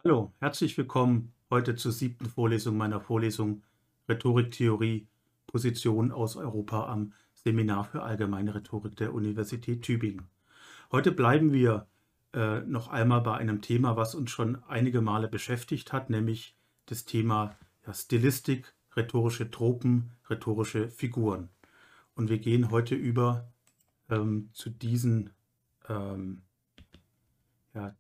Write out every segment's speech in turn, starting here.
Hallo, herzlich willkommen heute zur 7. Vorlesung meiner Vorlesung Rhetoriktheorie, Positionen aus Europa am Seminar für Allgemeine Rhetorik der Universität Tübingen. Heute bleiben wir noch einmal bei einem Thema, was uns schon einige Male beschäftigt hat, nämlich das Thema Stilistik, rhetorische Tropen, rhetorische Figuren. Und wir gehen heute über zu diesen ähm, ja,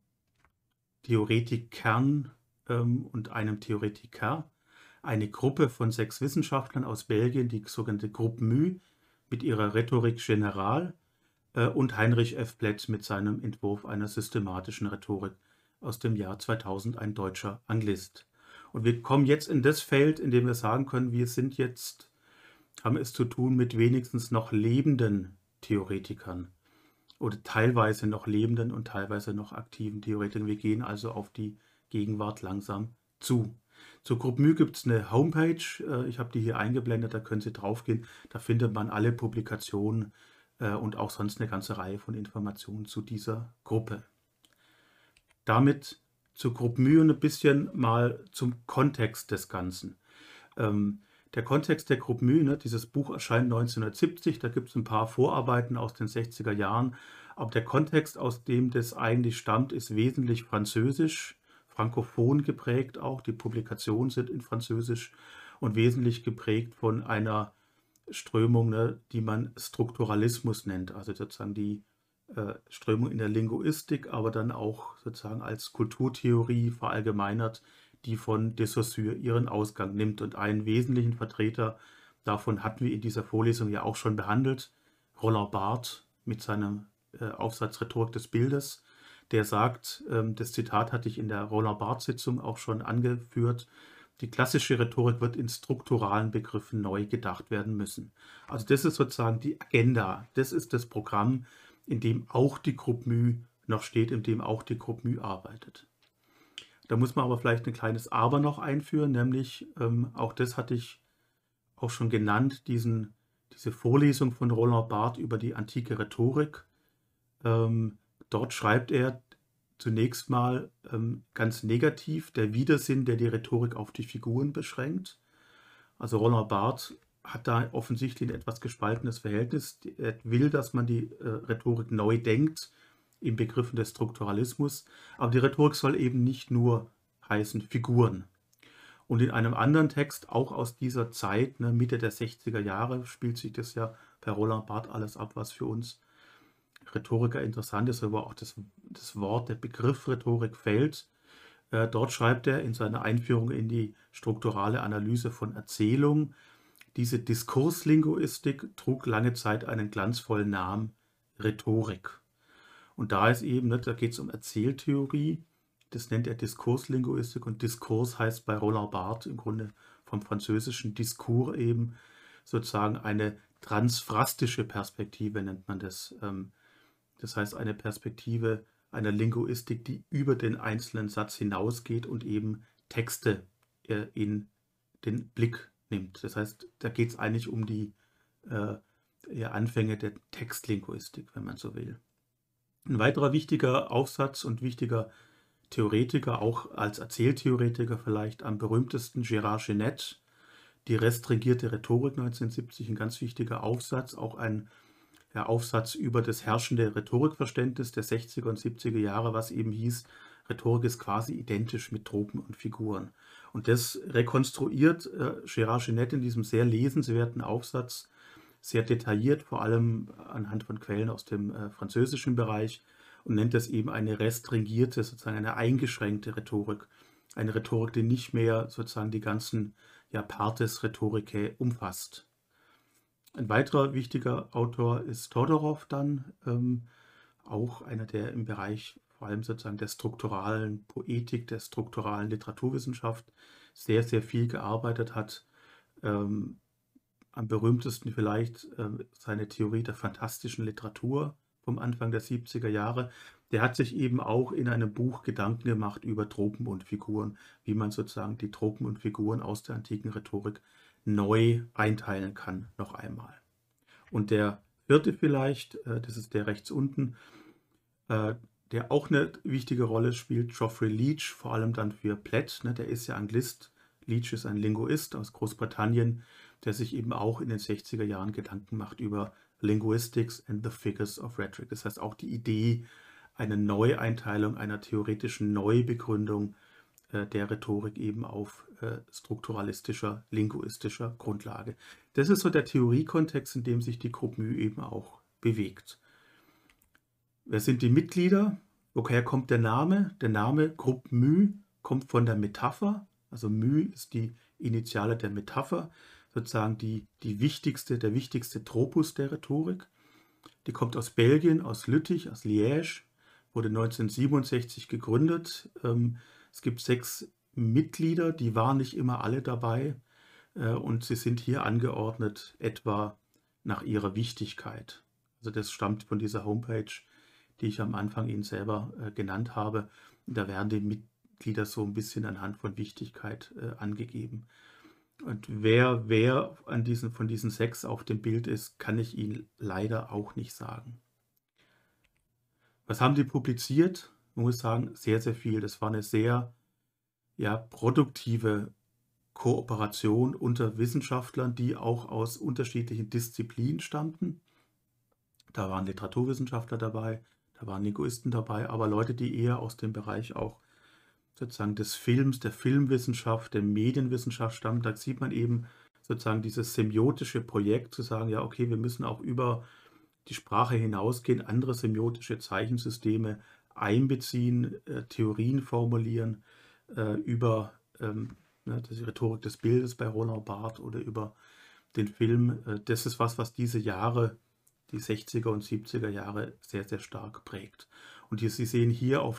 Theoretikern und einem Theoretiker, eine Gruppe von 6 Wissenschaftlern aus Belgien, die sogenannte Groupe Mue mit ihrer Rhetorik Generale und Heinrich F. Plett mit seinem Entwurf einer systematischen Rhetorik aus dem Jahr 2000, ein deutscher Anglist. Und wir kommen jetzt in das Feld, in dem wir sagen können, haben es zu tun mit wenigstens noch lebenden Theoretikern oder teilweise noch lebenden und teilweise noch aktiven Theoretikern. Wir gehen also auf die Gegenwart langsam zu. Zur Groupe Mue gibt es eine Homepage, ich habe die hier eingeblendet, da können Sie draufgehen, da findet man alle Publikationen und auch sonst eine ganze Reihe von Informationen zu dieser Gruppe. Damit zur Groupe Mue und ein bisschen mal zum Kontext des Ganzen. Der Kontext der Groupe Mue, ne, dieses Buch erscheint 1970, da gibt es ein paar Vorarbeiten aus den 60er Jahren, aber der Kontext, aus dem das eigentlich stammt, ist wesentlich französisch, frankophon geprägt auch, die Publikationen sind in Französisch und wesentlich geprägt von einer Strömung, ne, die man Strukturalismus nennt, also sozusagen die Strömung in der Linguistik, aber dann auch sozusagen als Kulturtheorie verallgemeinert, die von de Saussure ihren Ausgang nimmt. Und einen wesentlichen Vertreter davon hatten wir in dieser Vorlesung ja auch schon behandelt, Roland Barthes mit seinem Aufsatz Rhetorik des Bildes, der sagt, das Zitat hatte ich in der Roland Barthes-Sitzung auch schon angeführt, die klassische Rhetorik wird in strukturalen Begriffen neu gedacht werden müssen. Also das ist sozusagen die Agenda, das ist das Programm, in dem auch die Groupe Mue noch steht, in dem auch die Groupe Mue arbeitet. Da muss man aber vielleicht ein kleines Aber noch einführen, nämlich auch das hatte ich auch schon genannt, diese Vorlesung von Roland Barthes über die antike Rhetorik. Dort schreibt er zunächst mal ganz negativ der Widersinn, der die Rhetorik auf die Figuren beschränkt. Also Roland Barthes hat da offensichtlich ein etwas gespaltenes Verhältnis. Er will, dass man die Rhetorik neu denkt in Begriffen des Strukturalismus, aber die Rhetorik soll eben nicht nur heißen Figuren. Und in einem anderen Text, auch aus dieser Zeit, ne, Mitte der 60er Jahre, spielt sich das ja bei Roland Barthes alles ab, was für uns Rhetoriker interessant ist, aber auch das Wort, der Begriff Rhetorik fällt. Dort schreibt er in seiner Einführung in die strukturale Analyse von Erzählung, diese Diskurslinguistik trug lange Zeit einen glanzvollen Namen Rhetorik. Und da ist eben, ne, da geht es um Erzähltheorie, das nennt er Diskurslinguistik und Diskurs heißt bei Roland Barthes im Grunde vom französischen Discours eben sozusagen eine transphrastische Perspektive nennt man das. Das heißt eine Perspektive einer Linguistik, die über den einzelnen Satz hinausgeht und eben Texte in den Blick nimmt. Das heißt, da geht es eigentlich um die Anfänge der Textlinguistik, wenn man so will. Ein weiterer wichtiger Aufsatz und wichtiger Theoretiker, auch als Erzähltheoretiker vielleicht am berühmtesten, Gérard Genette, die restringierte Rhetorik 1970, ein ganz wichtiger Aufsatz, auch ein Aufsatz über das herrschende Rhetorikverständnis der 60er und 70er Jahre, was eben hieß, Rhetorik ist quasi identisch mit Tropen und Figuren. Und das rekonstruiert Gérard Genette in diesem sehr lesenswerten Aufsatz sehr detailliert, vor allem anhand von Quellen aus dem französischen Bereich und nennt das eben eine restringierte, sozusagen eine eingeschränkte Rhetorik. Eine Rhetorik, die nicht mehr sozusagen die ganzen Partes Rhetoricae umfasst. Ein weiterer wichtiger Autor ist Todorov dann, auch einer, der im Bereich vor allem sozusagen der strukturalen Poetik, der strukturalen Literaturwissenschaft sehr, sehr viel gearbeitet hat. Am berühmtesten vielleicht seine Theorie der fantastischen Literatur vom Anfang der 70er Jahre. Der hat sich eben auch in einem Buch Gedanken gemacht über Tropen und Figuren, wie man sozusagen die Tropen und Figuren aus der antiken Rhetorik neu einteilen kann, noch einmal. Und der vierte vielleicht, das ist der rechts unten, der der auch eine wichtige Rolle spielt, Geoffrey Leach, vor allem dann für Platt, ne, der ist ja Anglist. Leach ist ein Linguist aus Großbritannien, der sich eben auch in den 60er Jahren Gedanken macht über Linguistics and the Figures of Rhetoric. Das heißt auch die Idee einer Neueinteilung, einer theoretischen Neubegründung der Rhetorik eben auf strukturalistischer, linguistischer Grundlage. Das ist so der Theoriekontext, in dem sich die Groupe Mü eben auch bewegt. Wer sind die Mitglieder? Woher kommt der Name? Der Name Groupe Mü kommt von der Metapher. Also Mü ist die Initiale der Metapher, sozusagen der wichtigste Tropus der Rhetorik. Die kommt aus Belgien, aus Lüttich, aus Liège, wurde 1967 gegründet. Es gibt 6 Mitglieder, die waren nicht immer alle dabei und sie sind hier angeordnet etwa nach ihrer Wichtigkeit. Also das stammt von dieser Homepage, die ich am Anfang Ihnen selber genannt habe. Da werden die Mitglieder so ein bisschen anhand von Wichtigkeit angegeben. Und wer von diesen 6 auf dem Bild ist, kann ich Ihnen leider auch nicht sagen. Was haben die publiziert? Man muss sagen, sehr, sehr viel. Das war eine sehr produktive Kooperation unter Wissenschaftlern, die auch aus unterschiedlichen Disziplinen stammten. Da waren Literaturwissenschaftler dabei, da waren Linguisten dabei, aber Leute, die eher aus dem Bereich auch sozusagen des Films, der Filmwissenschaft, der Medienwissenschaft stammen. Da sieht man eben sozusagen dieses semiotische Projekt, zu sagen, ja, okay, wir müssen auch über die Sprache hinausgehen, andere semiotische Zeichensysteme einbeziehen, Theorien formulieren, über die Rhetorik des Bildes bei Roland Barthes oder über den Film. Das ist was diese Jahre, die 60er und 70er Jahre sehr, sehr stark prägt. Und Sie sehen hier auf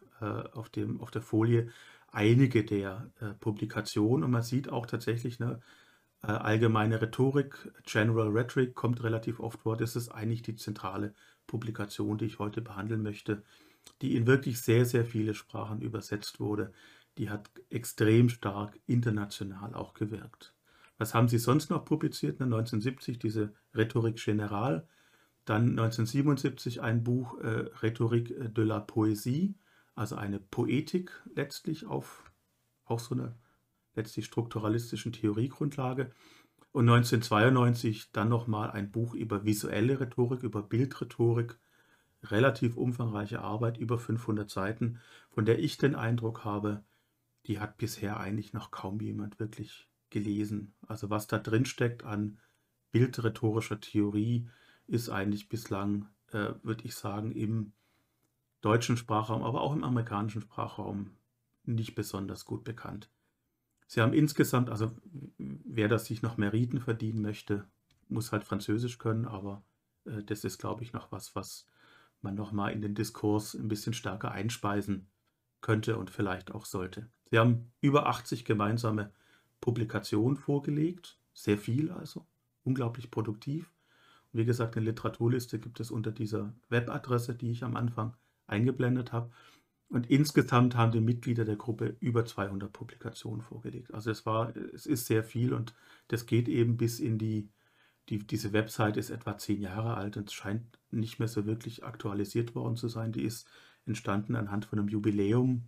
der Folie einige der Publikationen und man sieht auch tatsächlich eine allgemeine Rhetorik, General Rhetoric kommt relativ oft vor. Das ist eigentlich die zentrale Publikation, die ich heute behandeln möchte, die in wirklich sehr, sehr viele Sprachen übersetzt wurde. Die hat extrem stark international auch gewirkt. Was haben Sie sonst noch publiziert? 1970 diese Rhétorique Générale, dann 1977 ein Buch Rhétorique de la Poésie, also eine Poetik letztlich auf auch so einer letztlich strukturalistischen Theoriegrundlage. Und 1992 dann nochmal ein Buch über visuelle Rhetorik, über Bildrhetorik, relativ umfangreiche Arbeit, über 500 Seiten, von der ich den Eindruck habe, die hat bisher eigentlich noch kaum jemand wirklich gelesen. Also was da drin steckt an bildrhetorischer Theorie, ist eigentlich bislang, würde ich sagen, im deutschen Sprachraum, aber auch im amerikanischen Sprachraum nicht besonders gut bekannt. Sie haben insgesamt, also wer das sich noch Meriten verdienen möchte, muss halt Französisch können, aber das ist, glaube ich, noch was man nochmal in den Diskurs ein bisschen stärker einspeisen könnte und vielleicht auch sollte. Sie haben über 80 gemeinsame Publikationen vorgelegt, sehr viel also, unglaublich produktiv. Und wie gesagt, eine Literaturliste gibt es unter dieser Webadresse, die ich am Anfang eingeblendet habe. Und insgesamt haben die Mitglieder der Gruppe über 200 Publikationen vorgelegt. Also es ist sehr viel und das geht eben bis in diese Website ist etwa 10 Jahre alt und es scheint nicht mehr so wirklich aktualisiert worden zu sein. Die ist entstanden anhand von einem Jubiläum,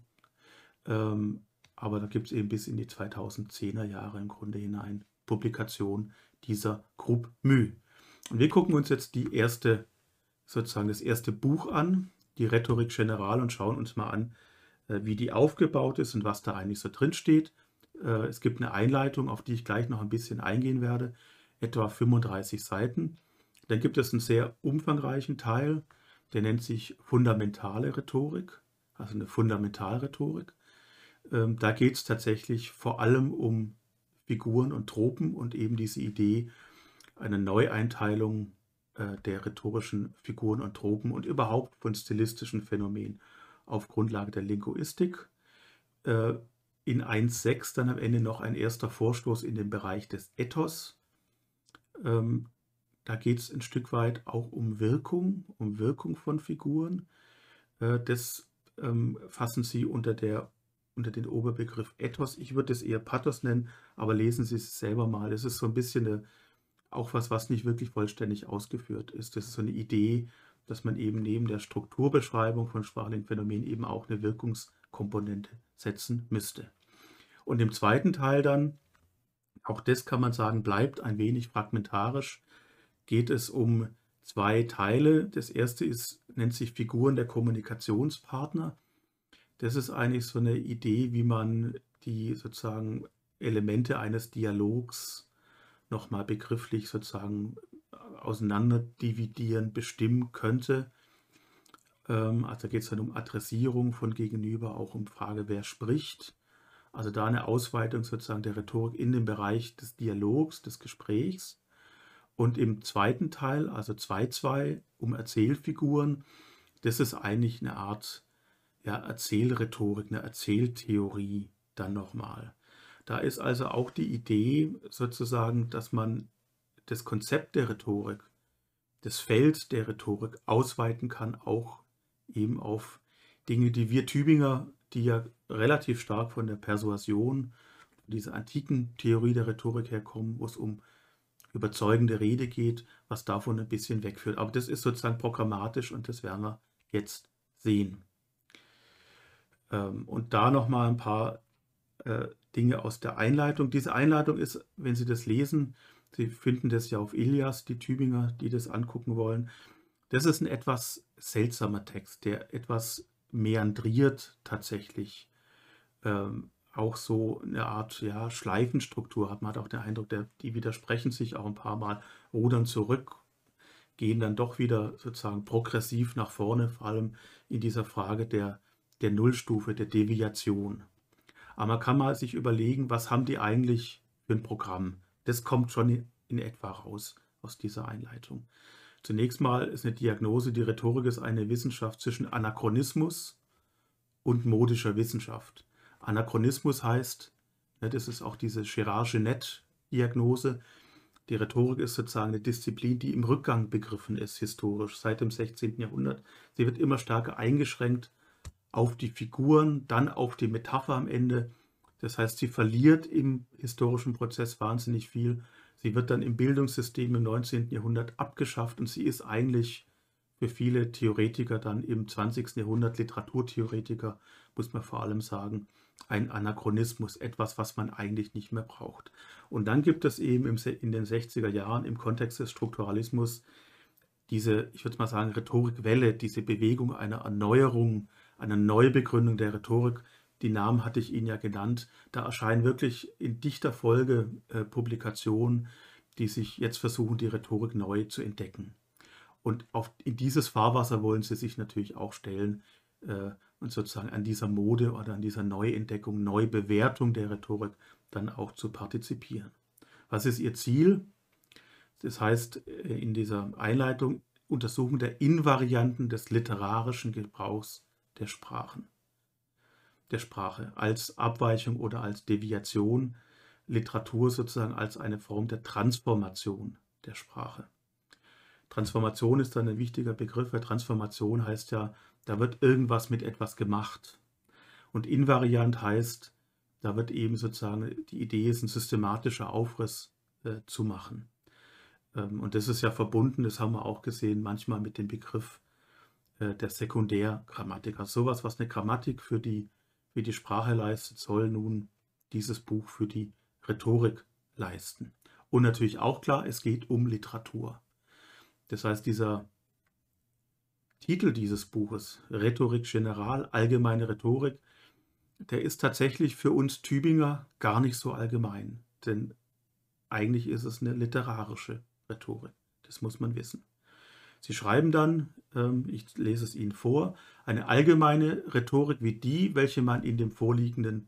aber da gibt es eben bis in die 2010er Jahre im Grunde hinein Publikation dieser Groupe Mü. Und wir gucken uns jetzt das erste Buch an, die Rhétorique Générale, und schauen uns mal an, wie die aufgebaut ist und was da eigentlich so drin steht. Es gibt eine Einleitung, auf die ich gleich noch ein bisschen eingehen werde, etwa 35 Seiten. Dann gibt es einen sehr umfangreichen Teil, der nennt sich fundamentale Rhetorik, also eine Fundamentalrhetorik. Da geht es tatsächlich vor allem um Figuren und Tropen und eben diese Idee, eine Neueinteilung der rhetorischen Figuren und Tropen und überhaupt von stilistischen Phänomenen auf Grundlage der Linguistik. In 1.6 dann am Ende noch ein erster Vorstoß in den Bereich des Ethos. Da geht es ein Stück weit auch um Wirkung von Figuren. Das fassen Sie unter den Oberbegriff Ethos. Ich würde es eher Pathos nennen, aber lesen Sie es selber mal. Es ist so ein bisschen auch was nicht wirklich vollständig ausgeführt ist. Das ist so eine Idee, dass man eben neben der Strukturbeschreibung von sprachlichen Phänomenen eben auch eine Wirkungskomponente setzen müsste. Und im zweiten Teil dann, auch das kann man sagen, bleibt ein wenig fragmentarisch, geht es um zwei Teile. Das erste nennt sich Figuren der Kommunikationspartner. Das ist eigentlich so eine Idee, wie man die sozusagen Elemente eines Dialogs nochmal begrifflich sozusagen auseinander dividieren, bestimmen könnte. Also geht es dann um Adressierung von Gegenüber, auch um Frage, wer spricht. Also da eine Ausweitung sozusagen der Rhetorik in den Bereich des Dialogs, des Gesprächs. Und im zweiten Teil, also 2.2, um Erzählfiguren, das ist eigentlich eine Art Erzählrhetorik, eine Erzähltheorie dann nochmal. Da ist also auch die Idee sozusagen, dass man das Konzept der Rhetorik, das Feld der Rhetorik ausweiten kann, auch eben auf Dinge, die wir Tübinger, die ja relativ stark von der Persuasion, dieser antiken Theorie der Rhetorik herkommen, wo es um überzeugende Rede geht, was davon ein bisschen wegführt. Aber das ist sozusagen programmatisch und das werden wir jetzt sehen. Und da nochmal ein paar Dinge aus der Einleitung. Diese Einleitung ist, wenn Sie das lesen, Sie finden das ja auf Ilias, die Tübinger, die das angucken wollen. Das ist ein etwas seltsamer Text, der etwas meandriert tatsächlich. Auch so eine Art Schleifenstruktur hat. Man hat auch den Eindruck, die widersprechen sich auch ein paar Mal, rudern zurück, gehen dann doch wieder sozusagen progressiv nach vorne, vor allem in dieser Frage der Nullstufe, der Deviation. Aber man kann mal sich überlegen, was haben die eigentlich für ein Programm? Das kommt schon in etwa raus aus dieser Einleitung. Zunächst mal ist eine Diagnose, die Rhetorik ist eine Wissenschaft zwischen Anachronismus und modischer Wissenschaft. Anachronismus heißt, das ist auch diese Girard-Genet-Diagnose, die Rhetorik ist sozusagen eine Disziplin, die im Rückgang begriffen ist, historisch, seit dem 16. Jahrhundert. Sie wird immer stärker eingeschränkt auf die Figuren, dann auf die Metapher am Ende. Das heißt, sie verliert im historischen Prozess wahnsinnig viel. Sie wird dann im Bildungssystem im 19. Jahrhundert abgeschafft und sie ist eigentlich für viele Theoretiker dann im 20. Jahrhundert, Literaturtheoretiker, muss man vor allem sagen, ein Anachronismus, etwas, was man eigentlich nicht mehr braucht. Und dann gibt es eben in den 60er Jahren im Kontext des Strukturalismus diese, ich würde mal sagen, Rhetorikwelle, diese Bewegung einer Erneuerung, einer Neubegründung der Rhetorik. Die Namen hatte ich Ihnen ja genannt. Da erscheinen wirklich in dichter Folge Publikationen, die sich jetzt versuchen, die Rhetorik neu zu entdecken. Und in dieses Fahrwasser wollen sie sich natürlich auch stellen und sozusagen an dieser Mode oder an dieser Neuentdeckung, Neubewertung der Rhetorik dann auch zu partizipieren. Was ist ihr Ziel? Das heißt in dieser Einleitung Untersuchung der Invarianten des literarischen Gebrauchs der Sprache als Abweichung oder als Deviation, Literatur sozusagen als eine Form der Transformation der Sprache. Transformation ist dann ein wichtiger Begriff, weil Transformation heißt ja, da wird irgendwas mit etwas gemacht. Und invariant heißt, da wird eben sozusagen die Idee ist, ein systematischer Aufriss zu machen. Und das ist ja verbunden, das haben wir auch gesehen, manchmal mit dem Begriff der Sekundärgrammatik. Also sowas, was eine Grammatik für die Sprache leistet, soll nun dieses Buch für die Rhetorik leisten. Und natürlich auch klar, es geht um Literatur. Das heißt, dieser Titel dieses Buches, Rhetorik General, allgemeine Rhetorik, der ist tatsächlich für uns Tübinger gar nicht so allgemein. Denn eigentlich ist es eine literarische Rhetorik. Das muss man wissen. Sie schreiben dann, ich lese es Ihnen vor, eine allgemeine Rhetorik wie die, welche in dem vorliegenden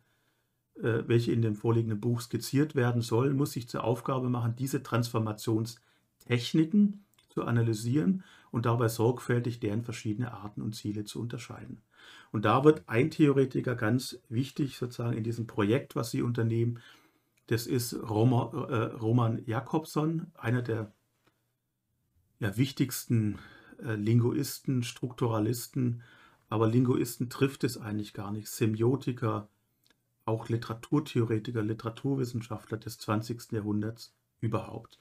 Buch skizziert werden soll, muss sich zur Aufgabe machen, diese Transformationstechniken zu analysieren und dabei sorgfältig deren verschiedene Arten und Ziele zu unterscheiden. Und da wird ein Theoretiker ganz wichtig sozusagen in diesem Projekt, was Sie unternehmen. Das ist Roman Jakobson, einer der wichtigsten Linguisten, Strukturalisten, aber Linguisten trifft es eigentlich gar nicht. Semiotiker, auch Literaturtheoretiker, Literaturwissenschaftler des 20. Jahrhunderts überhaupt.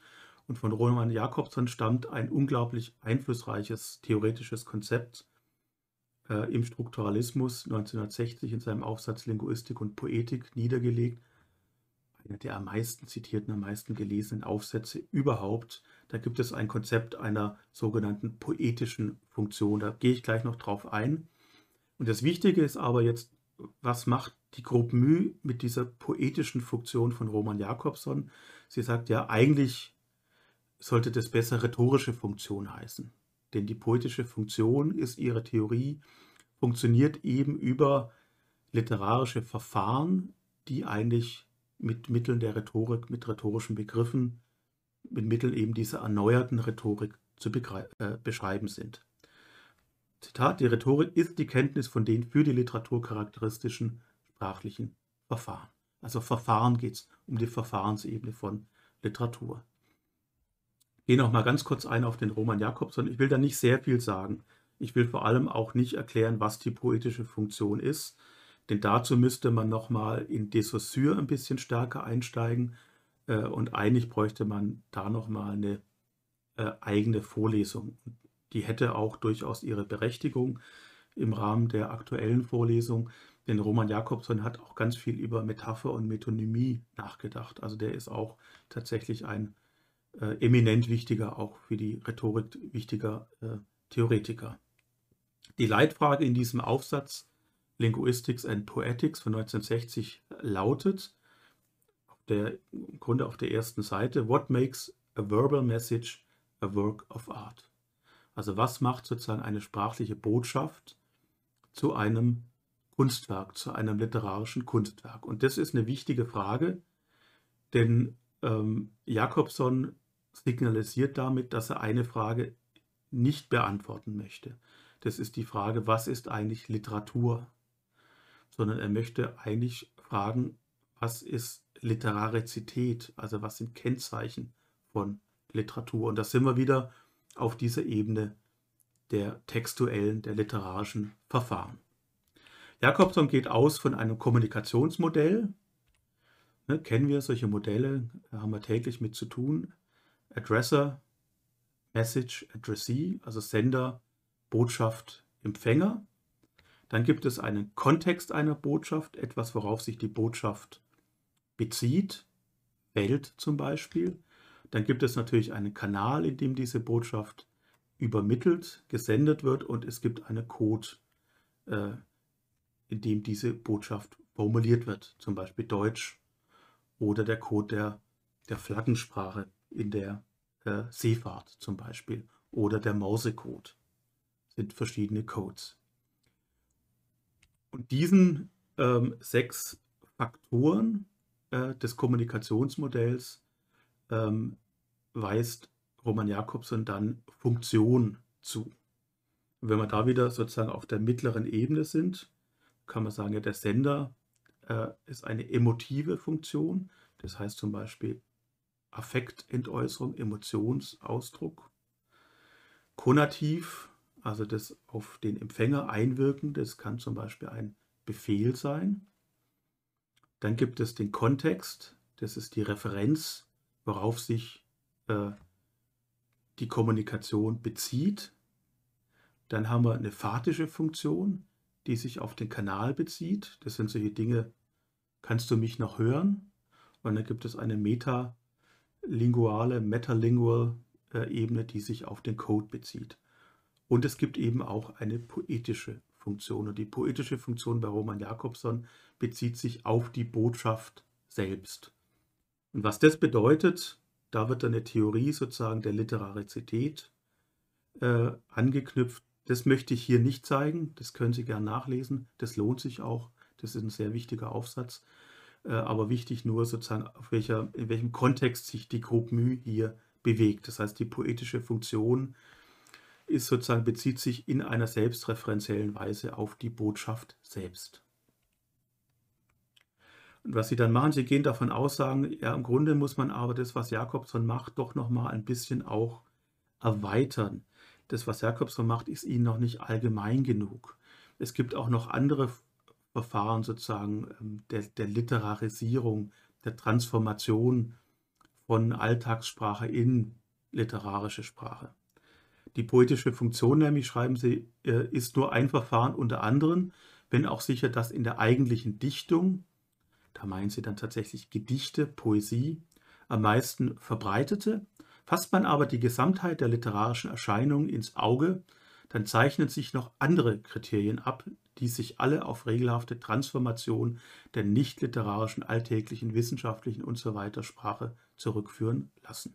Und von Roman Jakobson stammt ein unglaublich einflussreiches theoretisches Konzept im Strukturalismus 1960 in seinem Aufsatz Linguistik und Poetik niedergelegt. Einer der am meisten zitierten, am meisten gelesenen Aufsätze überhaupt. Da gibt es ein Konzept einer sogenannten poetischen Funktion. Da gehe ich gleich noch drauf ein. Und das Wichtige ist aber jetzt, was macht die Groupe Mue mit dieser poetischen Funktion von Roman Jakobson? Sie sagt ja, eigentlich sollte das besser rhetorische Funktion heißen. Denn die poetische Funktion ist ihre Theorie, funktioniert eben über literarische Verfahren, die eigentlich mit Mitteln der Rhetorik, mit rhetorischen Begriffen, mit Mitteln eben dieser erneuerten Rhetorik zu beschreiben sind. Zitat, die Rhetorik ist die Kenntnis von den für die Literatur charakteristischen sprachlichen Verfahren. Also Verfahren geht es um die Verfahrensebene von Literatur. Ich gehe noch mal ganz kurz ein auf den Roman Jakobson. Ich will da nicht sehr viel sagen. Ich will vor allem auch nicht erklären, was die poetische Funktion ist, denn dazu müsste man noch mal in de Saussure ein bisschen stärker einsteigen und eigentlich bräuchte man da noch mal eine eigene Vorlesung. Die hätte auch durchaus ihre Berechtigung im Rahmen der aktuellen Vorlesung, denn Roman Jakobson hat auch ganz viel über Metapher und Metonymie nachgedacht. Also der ist auch tatsächlich ein eminent wichtiger, auch für die Rhetorik wichtiger Theoretiker. Die Leitfrage in diesem Aufsatz Linguistics and Poetics von 1960 lautet, im Grunde auf der ersten Seite, What makes a verbal message a work of art? Also was macht sozusagen eine sprachliche Botschaft zu einem Kunstwerk, zu einem literarischen Kunstwerk? Und das ist eine wichtige Frage, denn Jakobson signalisiert damit, dass er eine Frage nicht beantworten möchte. Das ist die Frage, was ist eigentlich Literatur? Sondern er möchte eigentlich fragen, was ist Literarizität? Also was sind Kennzeichen von Literatur? Und da sind wir wieder auf dieser Ebene der textuellen, der literarischen Verfahren. Jakobson geht aus von einem Kommunikationsmodell. Kennen wir solche Modelle, haben wir täglich mit zu tun. Addresser, Message, Addressee, also Sender, Botschaft, Empfänger. Dann gibt es einen Kontext einer Botschaft, etwas, worauf sich die Botschaft bezieht, Welt zum Beispiel. Dann gibt es natürlich einen Kanal, in dem diese Botschaft übermittelt, gesendet wird und es gibt einen Code, in dem diese Botschaft formuliert wird, zum Beispiel Deutsch oder der Code der Flaggensprache in der Seefahrt zum Beispiel oder der Morsecode sind verschiedene Codes. Und diesen 6 Faktoren des Kommunikationsmodells weist Roman Jakobson dann Funktion zu. Und wenn wir da wieder sozusagen auf der mittleren Ebene sind, kann man sagen, ja, der Sender ist eine emotive Funktion, das heißt zum Beispiel Affektentäußerung, Emotionsausdruck. Konativ, also das auf den Empfänger einwirken, das kann zum Beispiel ein Befehl sein. Dann gibt es den Kontext, das ist die Referenz, worauf sich die Kommunikation bezieht. Dann haben wir eine fatische Funktion, die sich auf den Kanal bezieht. Das sind solche Dinge, kannst du mich noch hören? Und dann gibt es eine metalingual Ebene, die sich auf den Code bezieht. Und es gibt eben auch eine poetische Funktion. Und die poetische Funktion bei Roman Jakobson bezieht sich auf die Botschaft selbst. Und was das bedeutet, da wird dann eine Theorie sozusagen der Literarizität angeknüpft. Das möchte ich hier nicht zeigen, das können Sie gerne nachlesen, das lohnt sich auch, das ist ein sehr wichtiger Aufsatz, aber wichtig nur sozusagen, in welchem Kontext sich die Groupe Mue hier bewegt. Das heißt, die poetische Funktion ist sozusagen, bezieht sich in einer selbstreferenziellen Weise auf die Botschaft selbst. Und was Sie dann machen, Sie gehen davon aus, sagen, ja, im Grunde muss man aber das, was Jakobson macht, doch nochmal ein bisschen auch erweitern. Das, was Jakobson macht, ist Ihnen noch nicht allgemein genug. Es gibt auch noch andere Verfahren sozusagen der Literarisierung, der Transformation von Alltagssprache in literarische Sprache. Die poetische Funktion nämlich, schreiben Sie, ist nur ein Verfahren unter anderen, wenn auch sicher das in der eigentlichen Dichtung, da meinen Sie dann tatsächlich Gedichte, Poesie, am meisten verbreitete. Fasst man aber die Gesamtheit der literarischen Erscheinungen ins Auge, dann zeichnen sich noch andere Kriterien ab, die sich alle auf regelhafte Transformation der nicht literarischen, alltäglichen, wissenschaftlichen usw. Sprache zurückführen lassen.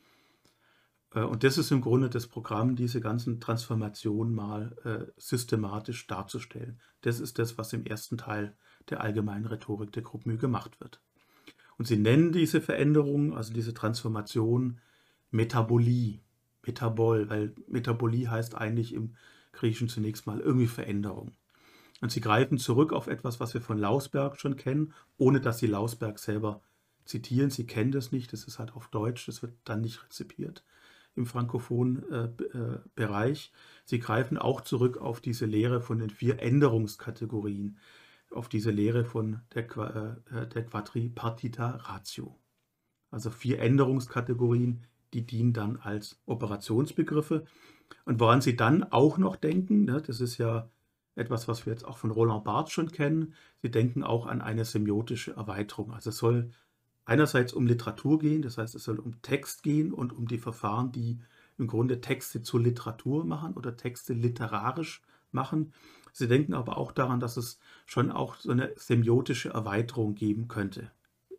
Und das ist im Grunde das Programm, diese ganzen Transformationen mal systematisch darzustellen. Das ist das, was im ersten Teil der allgemeinen Rhetorik der Gruppe Mühe gemacht wird. Und sie nennen diese Veränderung, also diese Transformation, Metabolie, Metabol, weil Metabolie heißt eigentlich im Griechischen zunächst mal irgendwie Veränderung. Und sie greifen zurück auf etwas, was wir von Lausberg schon kennen, ohne dass sie Lausberg selber zitieren. Sie kennen das nicht, das ist halt auf Deutsch, das wird dann nicht rezipiert im frankophonen Bereich. Sie greifen auch zurück auf diese Lehre von den 4 Änderungskategorien, auf diese Lehre von der Quadripartita Ratio. Also 4 Änderungskategorien, die dienen dann als Operationsbegriffe. Und woran Sie dann auch noch denken, ne, das ist ja etwas, was wir jetzt auch von Roland Barthes schon kennen, Sie denken auch an eine semiotische Erweiterung. Also es soll einerseits um Literatur gehen, das heißt, es soll um Text gehen und um die Verfahren, die im Grunde Texte zur Literatur machen oder Texte literarisch machen. Sie denken aber auch daran, dass es schon auch so eine semiotische Erweiterung geben könnte.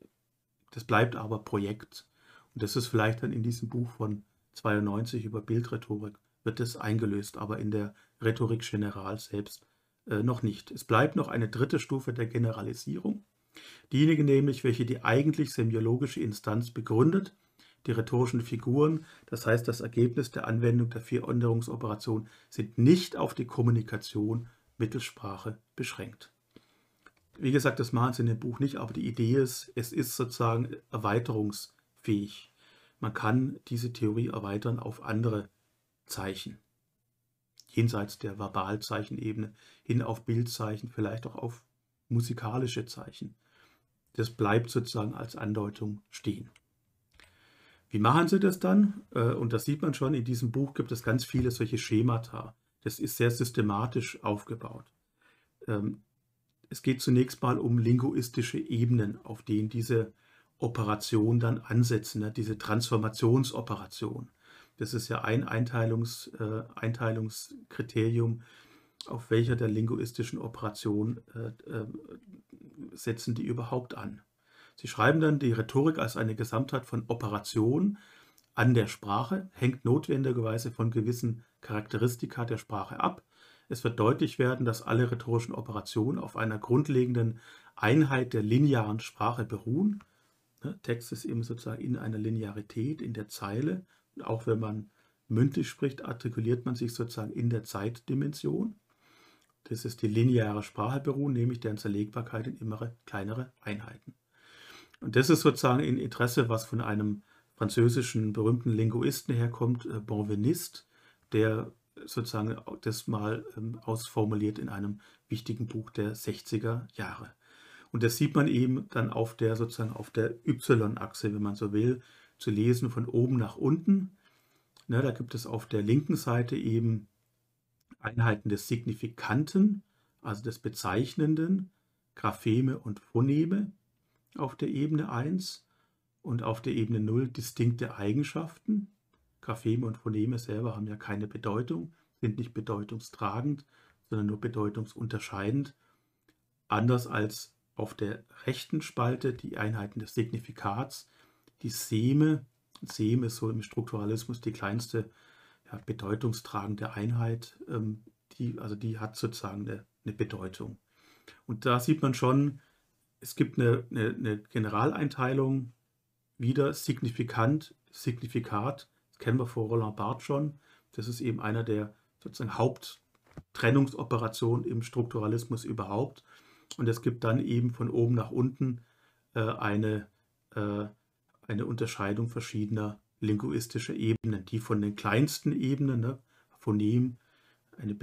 Das bleibt aber Projekt. Und das ist vielleicht dann in diesem Buch von 92 über Bildrhetorik, wird das eingelöst, aber in der Rhetorik General selbst noch nicht. Es bleibt noch eine dritte Stufe der Generalisierung. Diejenige nämlich, welche die eigentlich semiologische Instanz begründet, die rhetorischen Figuren, das heißt das Ergebnis der Anwendung der 4 Änderungsoperationen, sind nicht auf die Kommunikation mittels Sprache beschränkt. Wie gesagt, das machen sie in dem Buch nicht, aber die Idee ist, es ist sozusagen erweiterungsfähig. Man kann diese Theorie erweitern auf andere Zeichen, jenseits der Verbalzeichenebene, hin auf Bildzeichen, vielleicht auch auf musikalische Zeichen. Das bleibt sozusagen als Andeutung stehen. Wie machen sie das dann? Und das sieht man schon, in diesem Buch gibt es ganz viele solche Schemata. Das ist sehr systematisch aufgebaut. Es geht zunächst mal um linguistische Ebenen, auf denen diese Operation dann ansetzen, ne? Diese Transformationsoperation. Das ist ja ein Einteilungskriterium, auf welcher der linguistischen Operation setzen die überhaupt an. Sie schreiben dann, die Rhetorik als eine Gesamtheit von Operationen an der Sprache hängt notwendigerweise von gewissen Charakteristika der Sprache ab. Es wird deutlich werden, dass alle rhetorischen Operationen auf einer grundlegenden Einheit der linearen Sprache beruhen. Text ist eben sozusagen in einer Linearität, in der Zeile. Und auch wenn man mündlich spricht, artikuliert man sich sozusagen in der Zeitdimension. Das ist die lineare Sprache beruhen, nämlich deren Zerlegbarkeit in immer kleinere Einheiten. Und das ist sozusagen ein Interesse, was von einem französischen berühmten Linguisten herkommt, Benveniste, der sozusagen das mal ausformuliert in einem wichtigen Buch der 60er Jahre. Und das sieht man eben dann auf der sozusagen auf der Y-Achse, wenn man so will, zu lesen von oben nach unten. Ne, da gibt es auf der linken Seite eben Einheiten des Signifikanten, also des Bezeichnenden, Grapheme und Phoneme auf der Ebene 1 und auf der Ebene 0 distinkte Eigenschaften. Grapheme und Phoneme selber haben ja keine Bedeutung, sind nicht bedeutungstragend, sondern nur bedeutungsunterscheidend. Anders als auf der rechten Spalte die Einheiten des Signifikats, die Seme. Seme ist so im Strukturalismus die kleinste bedeutungstragende Einheit, die hat sozusagen eine Bedeutung. Und da sieht man schon, es gibt eine Generaleinteilung, wieder Signifikant, Signifikat, das kennen wir vor Roland Barthes schon, das ist eben einer der sozusagen Haupttrennungsoperationen im Strukturalismus überhaupt. Und es gibt dann eben von oben nach unten eine Unterscheidung verschiedener linguistischer Ebenen, die von den kleinsten Ebenen, ne, Phonem, eine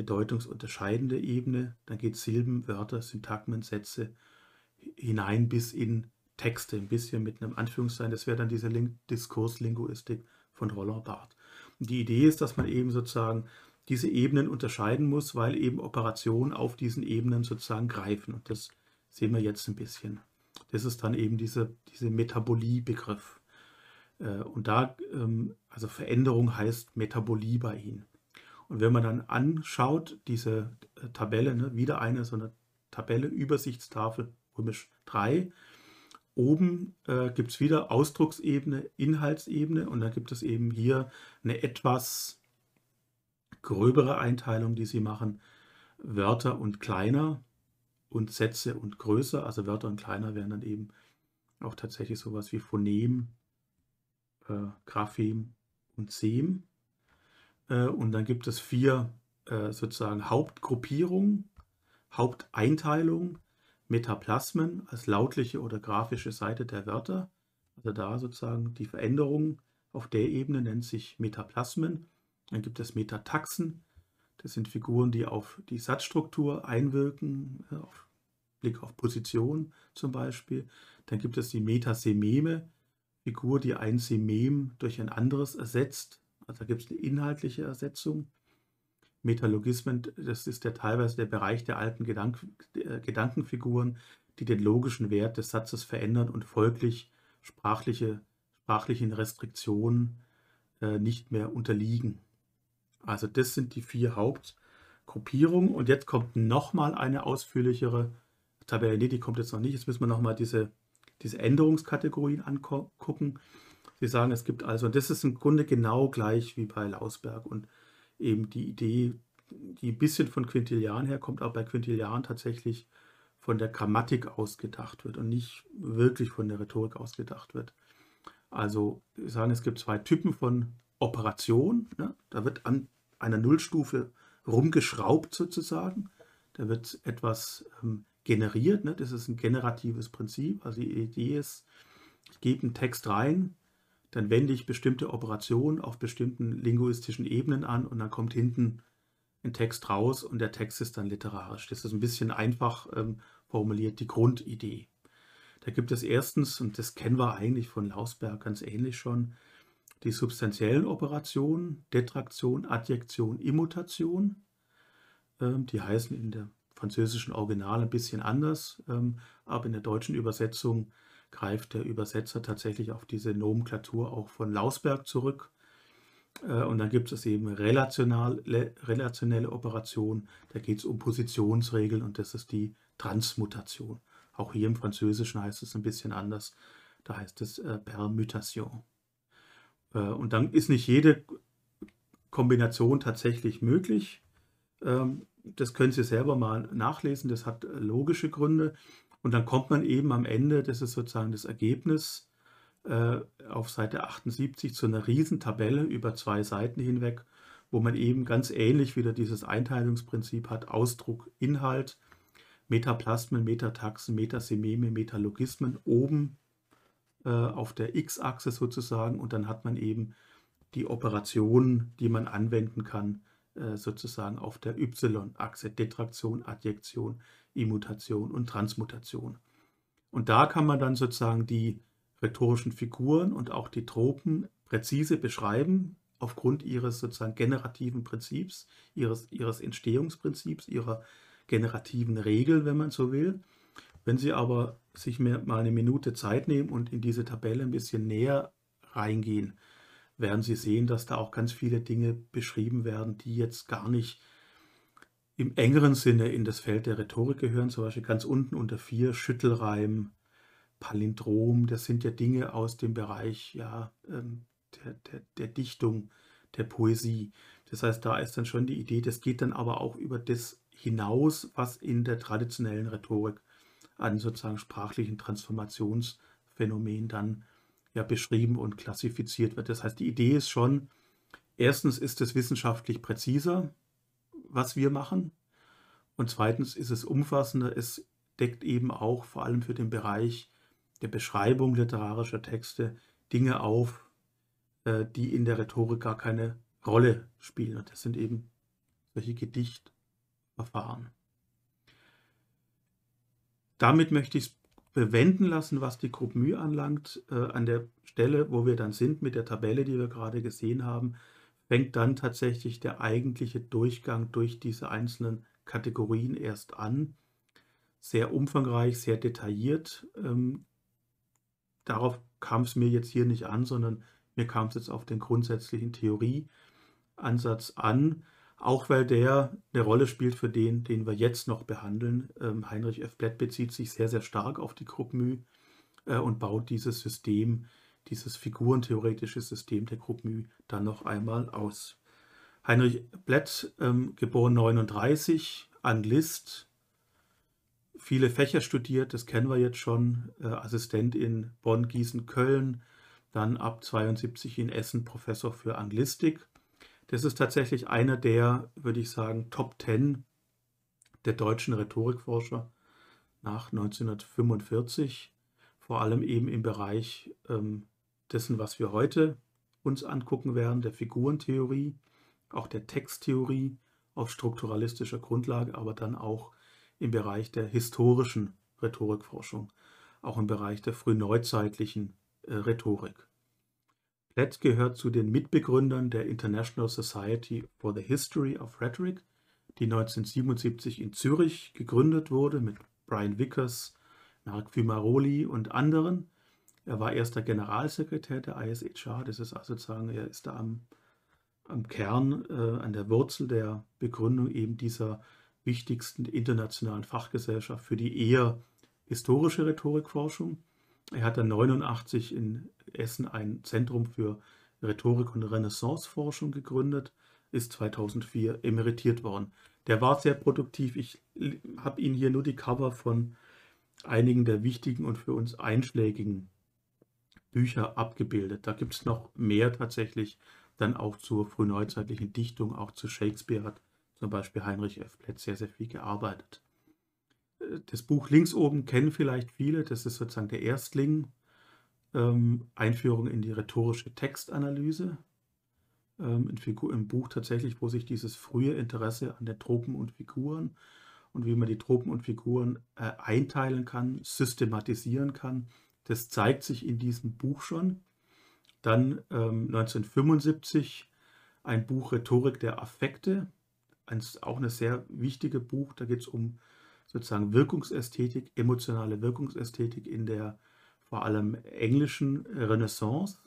bedeutungsunterscheidende Ebene, dann geht Silben, Wörter, Syntagmen, Sätze hinein bis in Texte, ein bisschen mit einem Anführungszeichen. Das wäre dann diese Diskurslinguistik von Roland Barthes. Und die Idee ist, dass man eben sozusagen diese Ebenen unterscheiden muss, weil eben Operationen auf diesen Ebenen sozusagen greifen. Und das sehen wir jetzt ein bisschen. Das ist dann eben diese Metabolie-Begriff. Und da, also Veränderung heißt Metabolie bei Ihnen. Und wenn man dann anschaut, diese Tabelle, ne, wieder so eine Tabelle, Übersichtstafel, römisch 3, oben gibt es wieder Ausdrucksebene, Inhaltsebene und dann gibt es eben hier eine etwas gröbere Einteilung, die Sie machen, Wörter und kleiner und Sätze und größer. Also Wörter und kleiner wären dann eben auch tatsächlich sowas wie Phonem, Graphem und Sem. Und dann gibt es 4 sozusagen Hauptgruppierungen, Haupteinteilungen, Metaplasmen als lautliche oder grafische Seite der Wörter. Also da sozusagen die Veränderung auf der Ebene nennt sich Metaplasmen. Dann gibt es Metataxen. Das sind Figuren, die auf die Satzstruktur einwirken, auf Blick auf Position zum Beispiel. Dann gibt es die Metasememe, Figur, die ein Semem durch ein anderes ersetzt. Also da gibt es eine inhaltliche Ersetzung. Metalogismen, das ist teilweise der Bereich der alten Gedankenfiguren, die den logischen Wert des Satzes verändern und folglich sprachlichen Restriktionen nicht mehr unterliegen. Also das sind die 4 Hauptgruppierungen. Und jetzt kommt nochmal eine ausführlichere Tabelle. Nee, die kommt jetzt noch nicht. Jetzt müssen wir nochmal diese Änderungskategorien angucken. Sie sagen, es gibt also, und das ist im Grunde genau gleich wie bei Lausberg und eben die Idee, die ein bisschen von Quintilian herkommt, aber bei Quintilian tatsächlich von der Grammatik ausgedacht wird und nicht wirklich von der Rhetorik ausgedacht wird. Also wir sagen, es gibt 2 Typen von Operation. Ne? Da wird an einer Nullstufe rumgeschraubt sozusagen. Da wird etwas generiert. Ne? Das ist ein generatives Prinzip. Also die Idee ist, ich gebe einen Text rein, dann wende ich bestimmte Operationen auf bestimmten linguistischen Ebenen an und dann kommt hinten ein Text raus und der Text ist dann literarisch. Das ist ein bisschen einfach formuliert die Grundidee. Da gibt es erstens, und das kennen wir eigentlich von Lausberg ganz ähnlich schon, die substantiellen Operationen, Detraktion, Adjektion, Immutation. Die heißen in der französischen Original ein bisschen anders, aber in der deutschen Übersetzung greift der Übersetzer tatsächlich auf diese Nomenklatur auch von Lausberg zurück. Und dann gibt es eben relationelle Operationen, da geht es um Positionsregeln und das ist die Transmutation. Auch hier im Französischen heißt es ein bisschen anders, da heißt es Permutation. Und dann ist nicht jede Kombination tatsächlich möglich. Das können Sie selber mal nachlesen, das hat logische Gründe. Und dann kommt man eben am Ende, das ist sozusagen das Ergebnis, auf Seite 78 zu einer Riesentabelle über 2 Seiten hinweg, wo man eben ganz ähnlich wieder dieses Einteilungsprinzip hat, Ausdruck, Inhalt, Metaplasmen, Metataxen, Metasememe, Metalogismen oben auf der X-Achse sozusagen und dann hat man eben die Operationen, die man anwenden kann, sozusagen auf der Y-Achse, Detraktion, Adjektion, Immutation und Transmutation. Und da kann man dann sozusagen die rhetorischen Figuren und auch die Tropen präzise beschreiben, aufgrund ihres sozusagen generativen Prinzips, ihres Entstehungsprinzips, ihrer generativen Regel, wenn man so will. Wenn Sie aber sich mal eine Minute Zeit nehmen und in diese Tabelle ein bisschen näher reingehen, werden Sie sehen, dass da auch ganz viele Dinge beschrieben werden, die jetzt gar nicht im engeren Sinne in das Feld der Rhetorik gehören. Zum Beispiel ganz unten unter 4 Schüttelreim, Palindrom, das sind ja Dinge aus dem Bereich ja, der Dichtung, der Poesie. Das heißt, da ist dann schon die Idee, das geht dann aber auch über das hinaus, was in der traditionellen Rhetorik an sozusagen sprachlichen Transformationsphänomenen dann ja beschrieben und klassifiziert wird. Das heißt, die Idee ist schon, erstens ist es wissenschaftlich präziser, was wir machen, und zweitens ist es umfassender, es deckt eben auch vor allem für den Bereich der Beschreibung literarischer Texte Dinge auf, die in der Rhetorik gar keine Rolle spielen. Und das sind eben solche Gedichtverfahren. Damit möchte ich es bewenden lassen, was die Gruppe μ anlangt. An der Stelle, wo wir dann sind mit der Tabelle, die wir gerade gesehen haben, fängt dann tatsächlich der eigentliche Durchgang durch diese einzelnen Kategorien erst an. Sehr umfangreich, sehr detailliert. Darauf kam es mir jetzt hier nicht an, sondern mir kam es jetzt auf den grundsätzlichen Theorieansatz an, auch weil der eine Rolle spielt für den wir jetzt noch behandeln. Heinrich F. Plett bezieht sich sehr, sehr stark auf die Gruppe μ und baut dieses System, dieses figurentheoretische System der Gruppe μ dann noch einmal aus. Heinrich Plett, geboren 1939, Anglist, viele Fächer studiert, das kennen wir jetzt schon, Assistent in Bonn, Gießen, Köln, dann ab 1972 in Essen Professor für Anglistik. Das ist tatsächlich einer der, würde ich sagen, Top 10 der deutschen Rhetorikforscher nach 1945, vor allem eben im Bereich dessen, was wir heute uns angucken werden, der Figurentheorie, auch der Texttheorie auf strukturalistischer Grundlage, aber dann auch im Bereich der historischen Rhetorikforschung, auch im Bereich der frühneuzeitlichen Rhetorik. Plett gehört zu den Mitbegründern der International Society for the History of Rhetoric, die 1977 in Zürich gegründet wurde mit Brian Vickers, Marc Fumaroli und anderen. Er war erster Generalsekretär der ISHR, das ist also sozusagen, er ist da am Kern, an der Wurzel der Begründung eben dieser wichtigsten internationalen Fachgesellschaft für die eher historische Rhetorikforschung. Er hat dann 1989 in Essen ein Zentrum für Rhetorik und Renaissanceforschung gegründet, ist 2004 emeritiert worden. Der war sehr produktiv. Ich habe Ihnen hier nur die Cover von einigen der wichtigen und für uns einschlägigen Bücher abgebildet. Da gibt es noch mehr tatsächlich, dann auch zur frühneuzeitlichen Dichtung, auch zu Shakespeare hat zum Beispiel Heinrich F. Plett sehr, sehr viel gearbeitet. Das Buch links oben kennen vielleicht viele, das ist sozusagen der Erstling, Einführung in die rhetorische Textanalyse. Im Buch tatsächlich, wo sich dieses frühe Interesse an den Tropen und Figuren und wie man die Tropen und Figuren einteilen kann, systematisieren kann, das zeigt sich in diesem Buch schon. Dann 1975 ein Buch Rhetorik der Affekte, auch eine sehr wichtige Buch, da geht es um sozusagen Wirkungsästhetik, emotionale Wirkungsästhetik in der vor allem englischen Renaissance.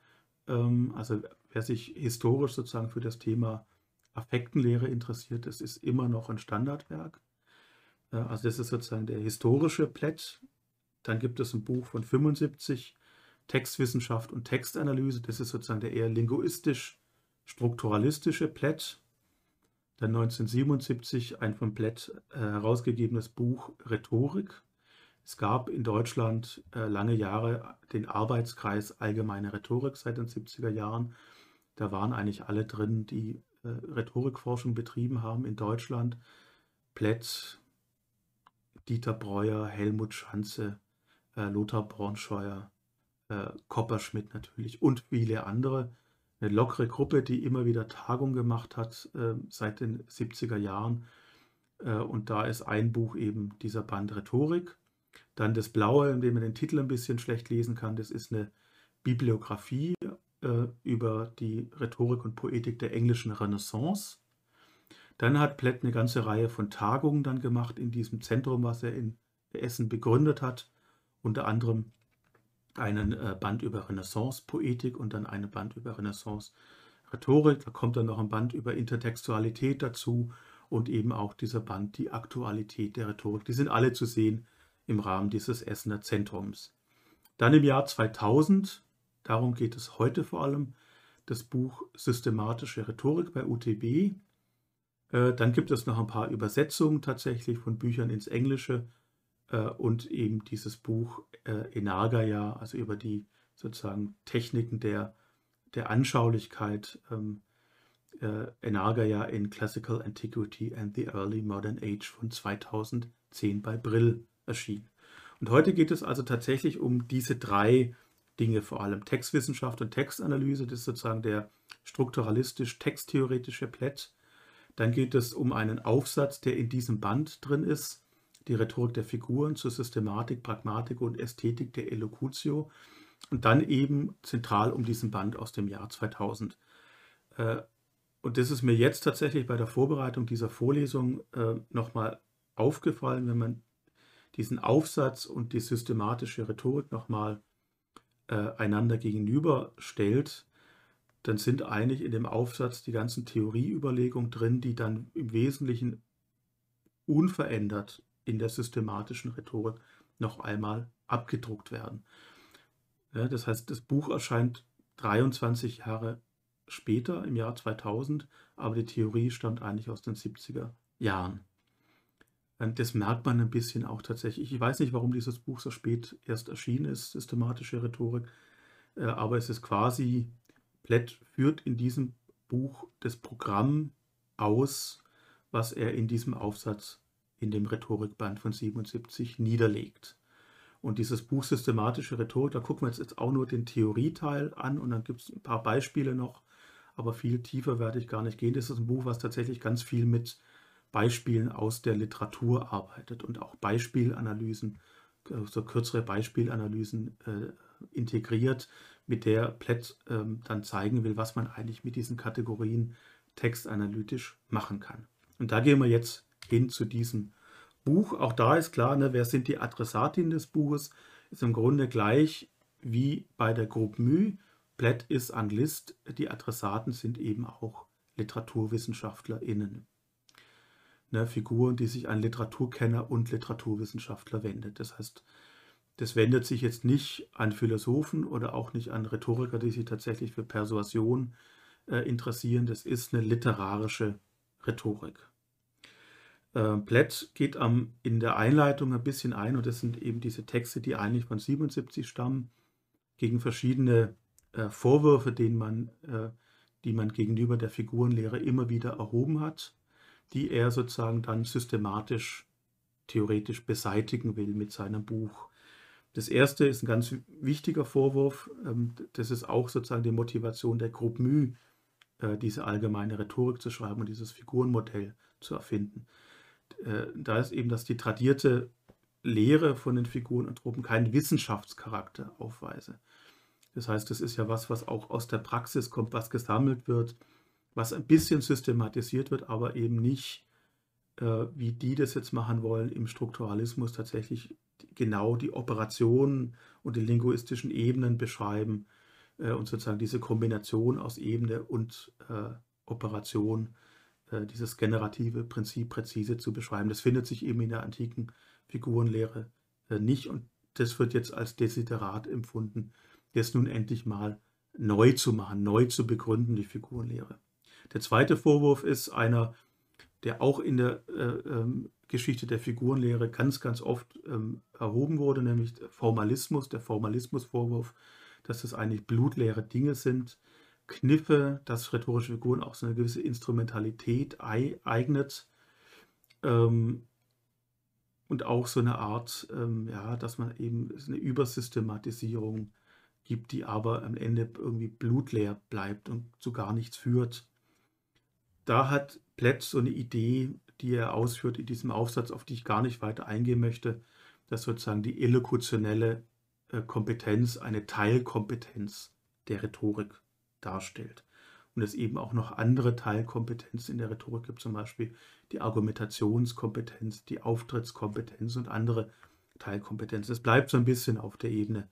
Also wer sich historisch sozusagen für das Thema Affektenlehre interessiert, das ist immer noch ein Standardwerk. Also das ist sozusagen der historische Plett. Dann gibt es ein Buch von 75, Textwissenschaft und Textanalyse. Das ist sozusagen der eher linguistisch-strukturalistische Plett. Dann 1977 ein von Plett herausgegebenes Buch Rhetorik. Es gab in Deutschland lange Jahre den Arbeitskreis Allgemeine Rhetorik seit den 70er Jahren. Da waren eigentlich alle drin, die Rhetorikforschung betrieben haben in Deutschland. Plett, Dieter Breuer, Helmut Schanze, Lothar Bornscheuer, Kopperschmidt natürlich und viele andere. Eine lockere Gruppe, die immer wieder Tagungen gemacht hat seit den 70er Jahren. Und da ist ein Buch eben dieser Band Rhetorik. Dann das Blaue, in dem man den Titel ein bisschen schlecht lesen kann, das ist eine Bibliografie über die Rhetorik und Poetik der englischen Renaissance. Dann hat Plett eine ganze Reihe von Tagungen dann gemacht in diesem Zentrum, was er in Essen begründet hat. Unter anderem einen Band über Renaissance-Poetik und dann einen Band über Renaissance-Rhetorik. Da kommt dann noch ein Band über Intertextualität dazu und eben auch dieser Band Die Aktualität der Rhetorik. Die sind alle zu sehen im Rahmen dieses Essener Zentrums. Dann im Jahr 2000, darum geht es heute vor allem, das Buch Systematische Rhetorik bei UTB. Dann gibt es noch ein paar Übersetzungen tatsächlich von Büchern ins Englische und eben dieses Buch Enargeia, also über die sozusagen Techniken der Anschaulichkeit, Enargeia in Classical Antiquity and the Early Modern Age von 2010 bei Brill erschienen. Und heute geht es also tatsächlich um diese drei Dinge, vor allem Textwissenschaft und Textanalyse, das ist sozusagen der strukturalistisch-texttheoretische Plett. Dann geht es um einen Aufsatz, der in diesem Band drin ist, die Rhetorik der Figuren zur Systematik, Pragmatik und Ästhetik der Elocutio und dann eben zentral um diesen Band aus dem Jahr 2000. Und das ist mir jetzt tatsächlich bei der Vorbereitung dieser Vorlesung nochmal aufgefallen, wenn man diesen Aufsatz und die systematische Rhetorik nochmal einander gegenüberstellt, dann sind eigentlich in dem Aufsatz die ganzen Theorieüberlegungen drin, die dann im Wesentlichen unverändert in der systematischen Rhetorik noch einmal abgedruckt werden. Ja, das heißt, das Buch erscheint 23 Jahre später, im Jahr 2000, aber die Theorie stammt eigentlich aus den 70er Jahren. Das merkt man ein bisschen auch tatsächlich. Ich weiß nicht, warum dieses Buch so spät erst erschienen ist, systematische Rhetorik, aber es ist quasi, Plett führt in diesem Buch das Programm aus, was er in diesem Aufsatz in dem Rhetorikband von 77 niederlegt. Und dieses Buch Systematische Rhetorik, da gucken wir jetzt auch nur den Theorieteil an und dann gibt es ein paar Beispiele noch, aber viel tiefer werde ich gar nicht gehen. Das ist ein Buch, was tatsächlich ganz viel mit Beispielen aus der Literatur arbeitet und auch Beispielanalysen, so kürzere Beispielanalysen integriert, mit der Plett dann zeigen will, was man eigentlich mit diesen Kategorien textanalytisch machen kann. Und da gehen wir jetzt hin zu diesem Buch. Auch da ist klar, ne, wer sind die Adressatinnen des Buches, ist im Grunde gleich wie bei der Gruppe Mü. Plett ist Anglist, die Adressaten sind eben auch LiteraturwissenschaftlerInnen. Ne, Figuren, die sich an Literaturkenner und Literaturwissenschaftler wendet. Das heißt, das wendet sich jetzt nicht an Philosophen oder auch nicht an Rhetoriker, die sich tatsächlich für Persuasion interessieren. Das ist eine literarische Rhetorik. Plett geht in der Einleitung ein bisschen ein, und das sind eben diese Texte, die eigentlich von 77 stammen, gegen verschiedene Vorwürfe, die man gegenüber der Figurenlehre immer wieder erhoben hat, die er sozusagen dann systematisch, theoretisch beseitigen will mit seinem Buch. Das erste ist ein ganz wichtiger Vorwurf, das ist auch sozusagen die Motivation der Gruppe Mü, diese allgemeine Rhetorik zu schreiben und dieses Figurenmodell zu erfinden. Da ist eben, dass die tradierte Lehre von den Figuren und Tropen keinen Wissenschaftscharakter aufweise. Das heißt, das ist ja was auch aus der Praxis kommt, was gesammelt wird, was ein bisschen systematisiert wird, aber eben nicht, wie die das jetzt machen wollen, im Strukturalismus tatsächlich genau die Operationen und die linguistischen Ebenen beschreiben und sozusagen diese Kombination aus Ebene und Operation, dieses generative Prinzip präzise zu beschreiben. Das findet sich eben in der antiken Figurenlehre nicht, und das wird jetzt als Desiderat empfunden, das nun endlich mal neu zu machen, neu zu begründen, die Figurenlehre. Der zweite Vorwurf ist einer, der auch in der Geschichte der Figurenlehre ganz, ganz oft erhoben wurde, nämlich der Formalismusvorwurf, dass das eigentlich blutleere Dinge sind, Kniffe, dass rhetorische Figuren auch so eine gewisse Instrumentalität eignet und auch so eine Art, ja, dass man eben eine Übersystematisierung gibt, die aber am Ende irgendwie blutleer bleibt und zu gar nichts führt. Da hat Plett so eine Idee, die er ausführt in diesem Aufsatz, auf die ich gar nicht weiter eingehen möchte, dass sozusagen die elokutionelle Kompetenz eine Teilkompetenz der Rhetorik darstellt. Und es eben auch noch andere Teilkompetenzen in der Rhetorik gibt, zum Beispiel die Argumentationskompetenz, die Auftrittskompetenz und andere Teilkompetenzen. Es bleibt so ein bisschen auf der Ebene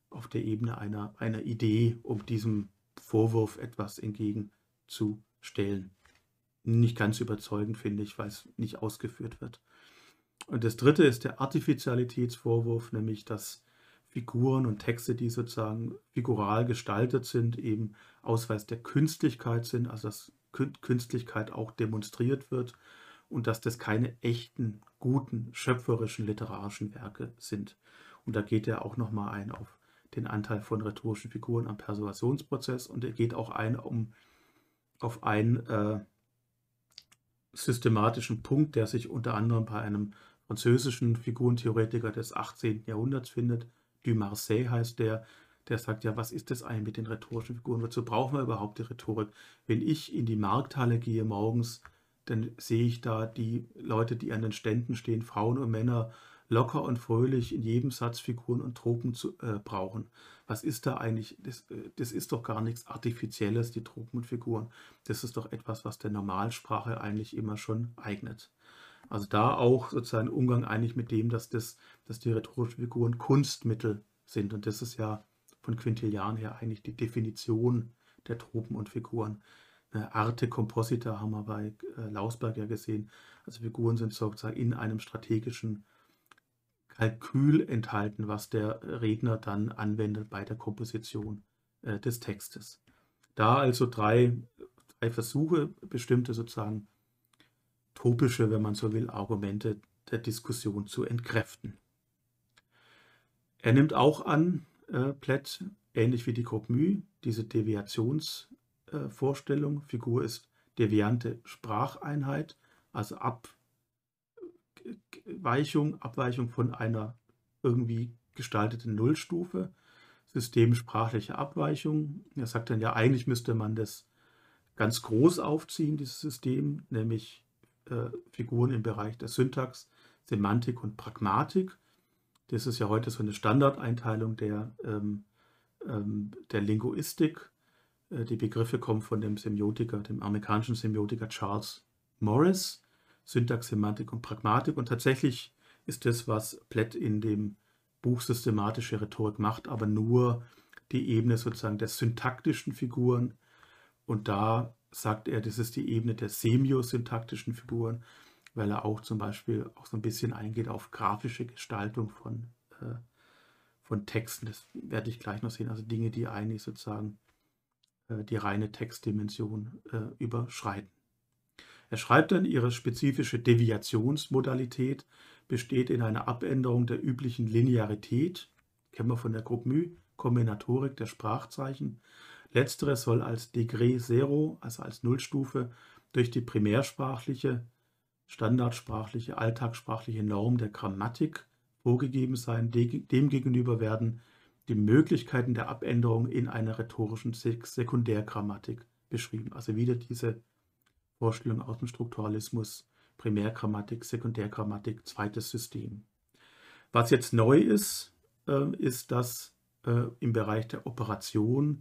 einer Idee, um diesem Vorwurf etwas entgegenzustellen. Nicht ganz überzeugend, finde ich, weil es nicht ausgeführt wird. Und das dritte ist der Artificialitätsvorwurf, nämlich dass Figuren und Texte, die sozusagen figural gestaltet sind, eben Ausweis der Künstlichkeit sind, also dass Künstlichkeit auch demonstriert wird und dass das keine echten, guten, schöpferischen, literarischen Werke sind. Und da geht er auch nochmal ein auf den Anteil von rhetorischen Figuren am Persuasionsprozess, und er geht auch ein auf einen systematischen Punkt, der sich unter anderem bei einem französischen Figurentheoretiker des 18. Jahrhunderts findet. Du Marsay heißt der sagt ja, was ist das eigentlich mit den rhetorischen Figuren? Wozu brauchen wir überhaupt die Rhetorik? Wenn ich in die Markthalle gehe morgens, dann sehe ich da die Leute, die an den Ständen stehen, Frauen und Männer, locker und fröhlich in jedem Satz Figuren und Tropen brauchen. Was ist da eigentlich? Das ist doch gar nichts Artifizielles, die Tropen und Figuren. Das ist doch etwas, was der Normalsprache eigentlich immer schon eignet. Also da auch sozusagen Umgang eigentlich mit dem, dass die rhetorischen Figuren Kunstmittel sind. Und das ist ja von Quintilian her eigentlich die Definition der Tropen und Figuren. Arte Composita haben wir bei Lausberg ja gesehen. Also Figuren sind sozusagen in einem strategischen Kalkül enthalten, was der Redner dann anwendet bei der Komposition des Textes. Da also drei Versuche, bestimmte sozusagen topische, wenn man so will, Argumente der Diskussion zu entkräften. Er nimmt auch an, Platt, ähnlich wie die Grobmüh, diese Deviationsvorstellung. Figur ist deviante Spracheinheit, also Abweichung von einer irgendwie gestalteten Nullstufe, systemsprachliche Abweichung. Er sagt dann ja, eigentlich müsste man das ganz groß aufziehen, dieses System, nämlich Figuren im Bereich der Syntax, Semantik und Pragmatik. Das ist ja heute so eine Standardeinteilung der Linguistik. Die Begriffe kommen von dem Semiotiker, dem amerikanischen Semiotiker Charles Morris. Syntax, Semantik und Pragmatik. Und tatsächlich ist das, was Platt in dem Buch Systematische Rhetorik macht, aber nur die Ebene sozusagen der syntaktischen Figuren. Und da sagt er, das ist die Ebene der semiosyntaktischen Figuren, weil er auch zum Beispiel auch so ein bisschen eingeht auf grafische Gestaltung von Texten. Das werde ich gleich noch sehen. Also Dinge, die eigentlich sozusagen die reine Textdimension überschreiten. Er schreibt dann, ihre spezifische Deviationsmodalität besteht in einer Abänderung der üblichen Linearität, kennen wir von der Grobmüh, Kombinatorik der Sprachzeichen. Letztere soll als Degré Zero, also als Nullstufe, durch die primärsprachliche, standardsprachliche, alltagssprachliche Norm der Grammatik vorgegeben sein. Demgegenüber werden die Möglichkeiten der Abänderung in einer rhetorischen Sekundärgrammatik beschrieben. Also wieder diese Vorstellung aus dem Strukturalismus, Primärgrammatik, Sekundärgrammatik, zweites System. Was jetzt neu ist, ist, dass im Bereich der Operation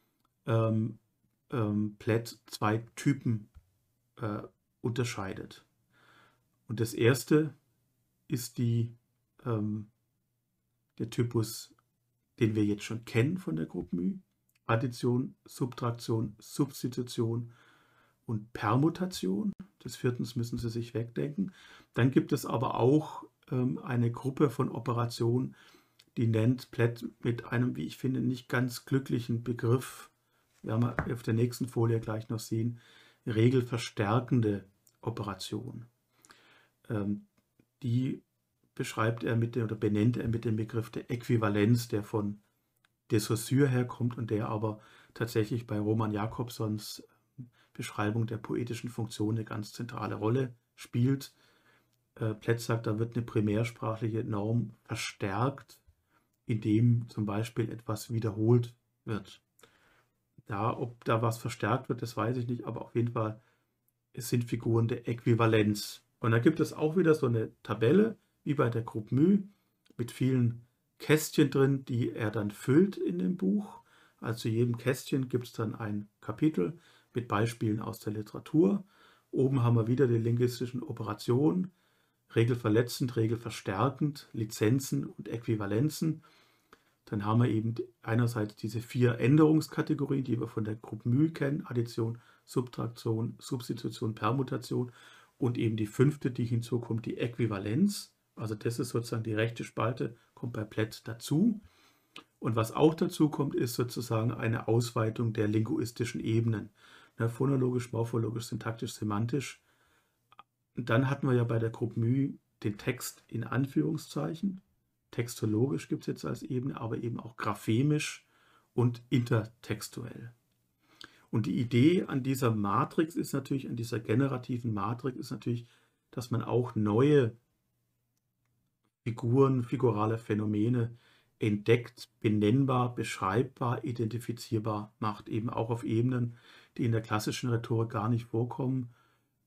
Platt zwei Typen unterscheidet. Und das erste ist der Typus, den wir jetzt schon kennen von der Grobmüh: Addition, Subtraktion, Substitution und Permutation. Des viertens müssen Sie sich wegdenken. Dann gibt es aber auch eine Gruppe von Operationen, die nennt Platt mit einem, wie ich finde, nicht ganz glücklichen Begriff, werden wir auf der nächsten Folie gleich noch sehen, regelverstärkende Operation. Die beschreibt er benennt er mit dem Begriff der Äquivalenz, der von de Saussure herkommt und der aber tatsächlich bei Roman Jakobsons Beschreibung der poetischen Funktion eine ganz zentrale Rolle spielt. Platt sagt, da wird eine primärsprachliche Norm verstärkt, indem zum Beispiel etwas wiederholt wird. Ob da was verstärkt wird, das weiß ich nicht, aber auf jeden Fall, es sind Figuren der Äquivalenz. Und da gibt es auch wieder so eine Tabelle, wie bei der Grobmüh, mit vielen Kästchen drin, die er dann füllt in dem Buch. Also zu jedem Kästchen gibt es dann ein Kapitel mit Beispielen aus der Literatur. Oben haben wir wieder die linguistischen Operationen, regelverletzend, regelverstärkend, Lizenzen und Äquivalenzen. Dann haben wir eben einerseits diese 4 Änderungskategorien, die wir von der Grobmüh kennen: Addition, Subtraktion, Substitution, Permutation, und eben die 5., die hinzukommt, die Äquivalenz. Also das ist sozusagen die rechte Spalte, kommt bei Platt dazu. Und was auch dazu kommt, ist sozusagen eine Ausweitung der linguistischen Ebenen. Phonologisch, morphologisch, syntaktisch, semantisch. Und dann hatten wir ja bei der Grobmüh den Text in Anführungszeichen. Textologisch gibt es jetzt als Ebene, aber eben auch graphemisch und intertextuell. Und die Idee an dieser Matrix ist natürlich, an dieser generativen Matrix ist natürlich, dass man auch neue Figuren, figurale Phänomene entdeckt, benennbar, beschreibbar, identifizierbar macht, eben auch auf Ebenen, die in der klassischen Rhetorik gar nicht vorkommen.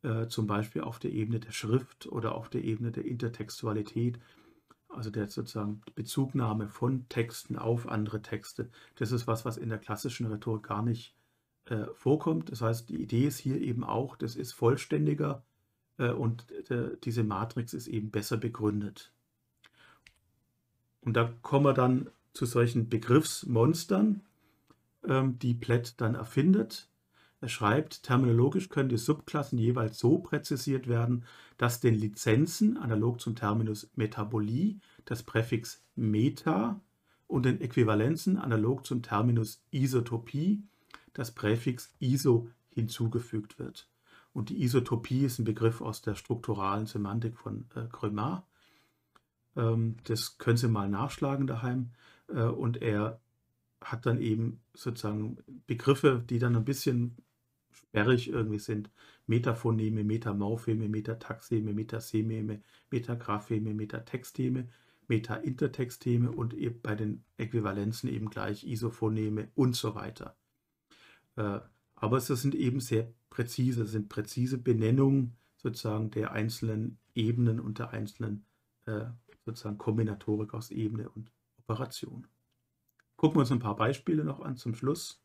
zum Beispiel auf der Ebene der Schrift oder auf der Ebene der Intertextualität, also der sozusagen Bezugnahme von Texten auf andere Texte. Das ist was in der klassischen Rhetorik gar nicht vorkommt. Das heißt, die Idee ist hier eben auch, das ist vollständiger und diese Matrix ist eben besser begründet. Und da kommen wir dann zu solchen Begriffsmonstern, die Platt dann erfindet. Er schreibt, terminologisch können die Subklassen jeweils so präzisiert werden, dass den Lizenzen, analog zum Terminus Metabolie, das Präfix meta und den Äquivalenzen, analog zum Terminus Isotopie, das Präfix iso hinzugefügt wird. Und die Isotopie ist ein Begriff aus der strukturalen Semantik von Cremar. Das können Sie mal nachschlagen daheim. Und er hat dann eben sozusagen Begriffe, die dann ein bisschen sperrig irgendwie sind. Metaphoneme, Metamorpheme, Metataxeme, Metasememe, Metagrapheme, Metatexteme, Meta-Intertexteme und eben bei den Äquivalenzen eben gleich Isophoneme und so weiter. Aber es sind eben sehr präzise, sind präzise Benennungen sozusagen der einzelnen Ebenen und der einzelnen sozusagen Kombinatorik aus Ebene und Operation. Gucken wir uns ein paar Beispiele noch an zum Schluss.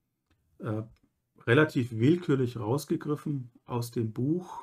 Relativ willkürlich rausgegriffen aus dem Buch.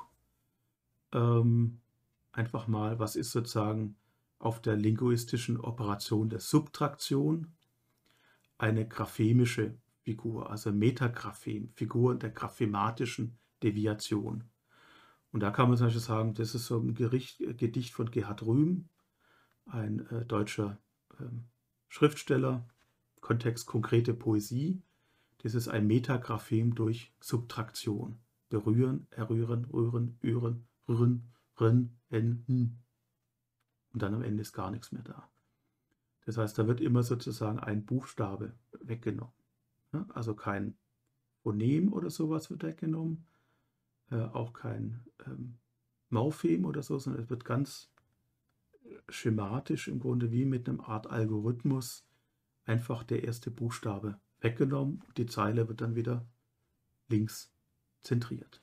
Einfach mal, was ist sozusagen auf der linguistischen Operation der Subtraktion eine graphemische Figur, also Metagraphem, Figur der graphematischen Deviation. Und da kann man zum Beispiel sagen, das ist so ein Gedicht von Gerhard Rühm, ein deutscher Schriftsteller, Kontext konkrete Poesie. Das ist ein Metagraphem durch Subtraktion. Berühren, errühren, rühren, üren, rühren, rin, en. Und dann am Ende ist gar nichts mehr da. Das heißt, da wird immer sozusagen ein Buchstabe weggenommen. Also kein Phonem oder sowas wird weggenommen, auch kein Morphem oder so, sondern es wird ganz schematisch im Grunde wie mit einem Art Algorithmus einfach der erste Buchstabe weggenommen und die Zeile wird dann wieder links zentriert.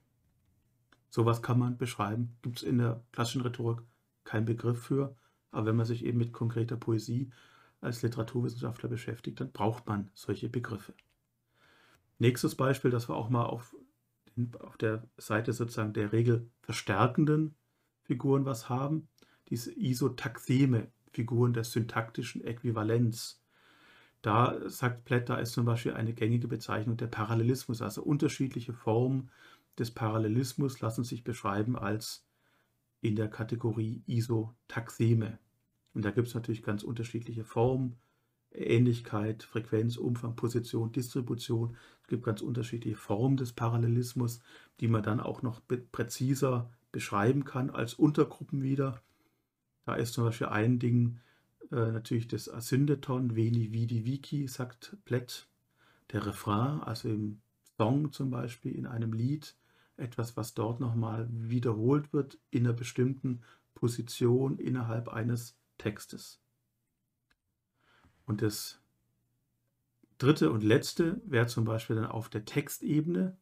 Sowas kann man beschreiben, gibt es in der klassischen Rhetorik keinen Begriff für, aber wenn man sich eben mit konkreter Poesie als Literaturwissenschaftler beschäftigt, dann braucht man solche Begriffe. Nächstes Beispiel, das wir auch mal auf der Seite sozusagen der regelverstärkenden Figuren was haben, diese Isotaxeme, Figuren der syntaktischen Äquivalenz. Da sagt Platt, da ist zum Beispiel eine gängige Bezeichnung der Parallelismus, also unterschiedliche Formen des Parallelismus lassen sich beschreiben als in der Kategorie Isotaxeme. Und da gibt es natürlich ganz unterschiedliche Formen, Ähnlichkeit, Frequenz, Umfang, Position, Distribution. Es gibt ganz unterschiedliche Formen des Parallelismus, die man dann auch noch präziser beschreiben kann als Untergruppen wieder. Da ist zum Beispiel ein Ding, natürlich das Asyndeton, Veni, Vidi, Vici, sagt Platt. Der Refrain, also im Song zum Beispiel, in einem Lied, etwas, was dort nochmal wiederholt wird in einer bestimmten Position innerhalb eines Textes. Und das dritte und letzte wäre zum Beispiel dann auf der Textebene,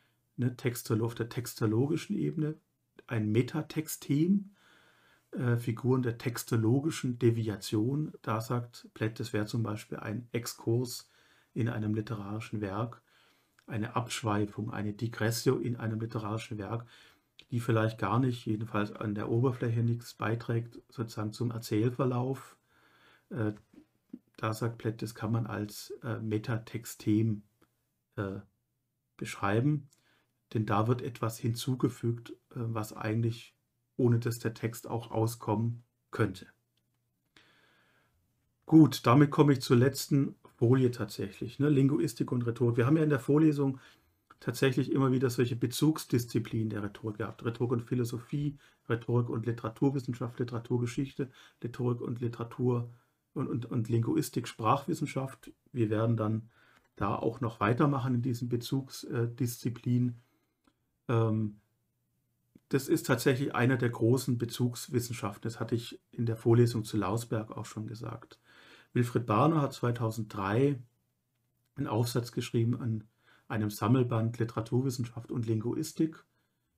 auf der textologischen Ebene, ein Metatextem, Figuren der textologischen Deviation. Da sagt Platt, das wäre zum Beispiel ein Exkurs in einem literarischen Werk, eine Abschweifung, eine Digressio in einem literarischen Werk, die vielleicht gar nicht, jedenfalls an der Oberfläche nichts beiträgt, sozusagen zum Erzählverlauf. Da sagt Platt, das kann man als Metatextem beschreiben, denn da wird etwas hinzugefügt, was eigentlich ohne das der Text auch auskommen könnte. Gut, damit komme ich zur letzten Folie tatsächlich, Linguistik und Rhetorik. Wir haben ja in der Vorlesung tatsächlich immer wieder solche Bezugsdisziplinen der Rhetorik gehabt. Rhetorik und Philosophie, Rhetorik und Literaturwissenschaft, Literaturgeschichte, Rhetorik und Literatur und Linguistik, Sprachwissenschaft. Wir werden dann da auch noch weitermachen in diesen Bezugsdisziplinen. Das ist tatsächlich einer der großen Bezugswissenschaften. Das hatte ich in der Vorlesung zu Lausberg auch schon gesagt. Wilfried Barner hat 2003 einen Aufsatz geschrieben an einem Sammelband Literaturwissenschaft und Linguistik.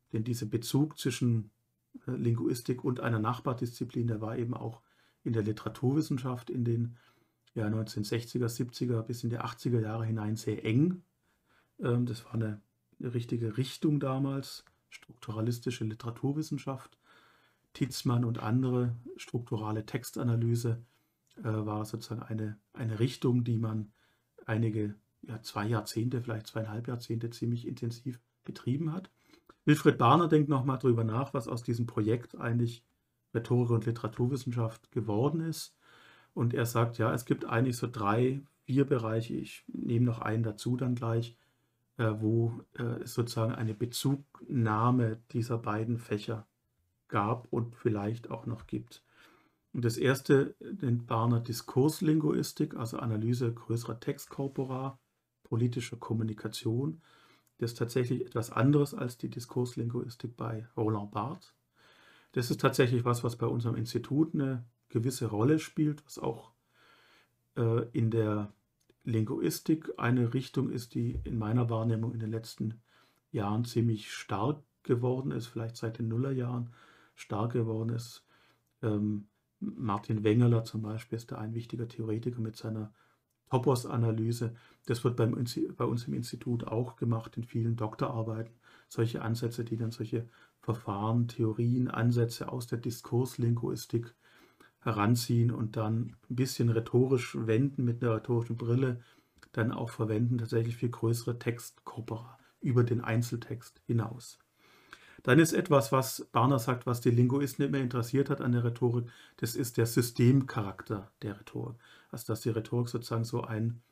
Denn dieser Bezug zwischen Linguistik und einer Nachbardisziplin, der war eben auch in der Literaturwissenschaft in den 1960er, 70er bis in die 80er Jahre hinein sehr eng. Das war eine richtige Richtung damals, strukturalistische Literaturwissenschaft. Tietzmann und andere, strukturale Textanalyse, war sozusagen eine Richtung, die man einige, 2 Jahrzehnte, vielleicht 2,5 Jahrzehnte ziemlich intensiv betrieben hat. Wilfried Barner denkt nochmal drüber nach, was aus diesem Projekt eigentlich Rhetorik und Literaturwissenschaft geworden ist. Und er sagt, ja, es gibt eigentlich so 3, 4 Bereiche, ich nehme noch einen dazu dann gleich, wo es sozusagen eine Bezugnahme dieser beiden Fächer gab und vielleicht auch noch gibt. Und das erste nennt Barner Diskurslinguistik, also Analyse größerer Textkorpora, politischer Kommunikation. Das ist tatsächlich etwas anderes als die Diskurslinguistik bei Roland Barthes. Das ist tatsächlich was bei unserem Institut eine gewisse Rolle spielt, was auch in der Linguistik eine Richtung ist, die in meiner Wahrnehmung in den letzten Jahren ziemlich stark geworden ist, vielleicht seit den Nullerjahren stark geworden ist. Martin Wengeler zum Beispiel ist da ein wichtiger Theoretiker mit seiner Topos-Analyse. Das wird bei uns im Institut auch gemacht in vielen Doktorarbeiten. Solche Ansätze, die dann solche Verfahren, Theorien, Ansätze aus der Diskurslinguistik heranziehen und dann ein bisschen rhetorisch wenden mit einer rhetorischen Brille, dann auch verwenden tatsächlich für größere Textkorpora über den Einzeltext hinaus. Dann ist etwas, was Barner sagt, was die Linguisten immer interessiert hat an der Rhetorik, das ist der Systemcharakter der Rhetorik. Also dass die Rhetorik sozusagen so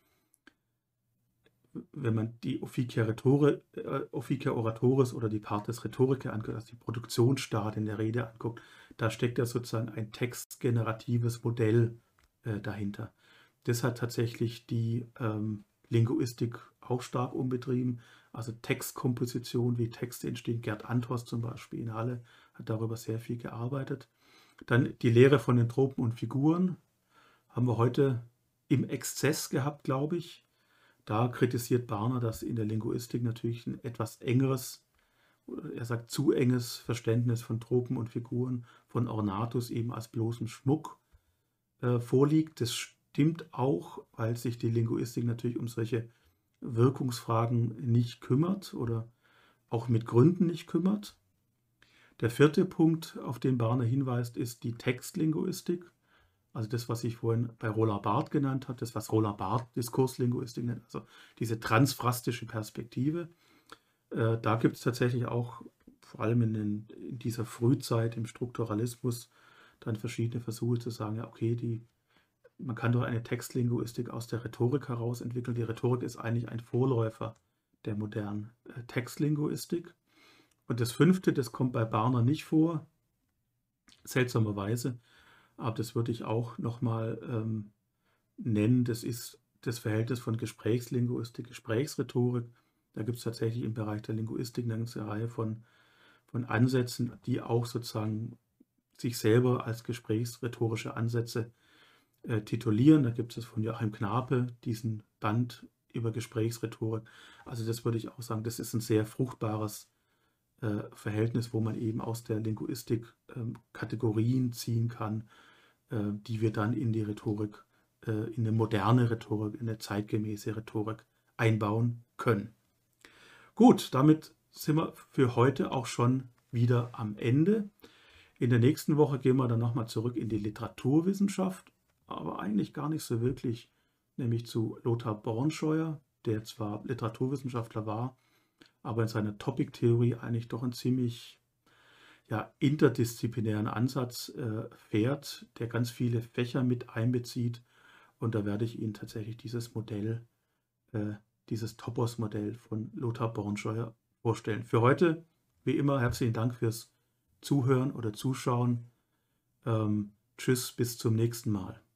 wenn man die Officia Oratoris oder die Partes Rhetorica anguckt, also die Produktionsstadien der Rede anguckt, da steckt ja sozusagen ein textgeneratives Modell dahinter. Das hat tatsächlich die Linguistik auch stark umbetrieben. Also Textkomposition, wie Texte entstehen. Gerd Anthos zum Beispiel in Halle hat darüber sehr viel gearbeitet. Dann die Lehre von den Tropen und Figuren haben wir heute im Exzess gehabt, glaube ich. Da kritisiert Barner, dass in der Linguistik natürlich ein etwas engeres, er sagt zu enges Verständnis von Tropen und Figuren, von Ornatus eben als bloßem Schmuck vorliegt. Das stimmt auch, weil sich die Linguistik natürlich um solche Wirkungsfragen nicht kümmert oder auch mit Gründen nicht kümmert. Der 4. Punkt, auf den Barner hinweist, ist die Textlinguistik. Also das, was ich vorhin bei Roland Barthes genannt habe, das, was Roland Barthes Diskurslinguistik nennt, also diese transphrastische Perspektive. Da gibt es tatsächlich auch, vor allem in dieser Frühzeit im Strukturalismus, dann verschiedene Versuche zu sagen, ja okay, man kann doch eine Textlinguistik aus der Rhetorik heraus entwickeln. Die Rhetorik ist eigentlich ein Vorläufer der modernen Textlinguistik. Und das 5., das kommt bei Barner nicht vor, seltsamerweise, aber das würde ich auch nochmal nennen. Das ist das Verhältnis von Gesprächslinguistik, Gesprächsrhetorik. Da gibt es tatsächlich im Bereich der Linguistik eine ganze Reihe von Ansätzen, die auch sozusagen sich selber als gesprächsrhetorische Ansätze titulieren. Da gibt es von Joachim Knape diesen Band über Gesprächsrhetorik. Also das würde ich auch sagen, das ist ein sehr fruchtbares Verhältnis, wo man eben aus der Linguistik Kategorien ziehen kann, die wir dann in die Rhetorik, in eine moderne Rhetorik, in eine zeitgemäße Rhetorik einbauen können. Gut, damit sind wir für heute auch schon wieder am Ende. In der nächsten Woche gehen wir dann nochmal zurück in die Literaturwissenschaft, aber eigentlich gar nicht so wirklich, nämlich zu Lothar Bornscheuer, der zwar Literaturwissenschaftler war, aber in seiner Topic-Theorie eigentlich doch einen ziemlich interdisziplinären Ansatz fährt, der ganz viele Fächer mit einbezieht. Und da werde ich Ihnen tatsächlich dieses Modell, dieses Topos-Modell von Lothar Bornscheuer vorstellen. Für heute, wie immer, herzlichen Dank fürs Zuhören oder Zuschauen. Tschüss, bis zum nächsten Mal.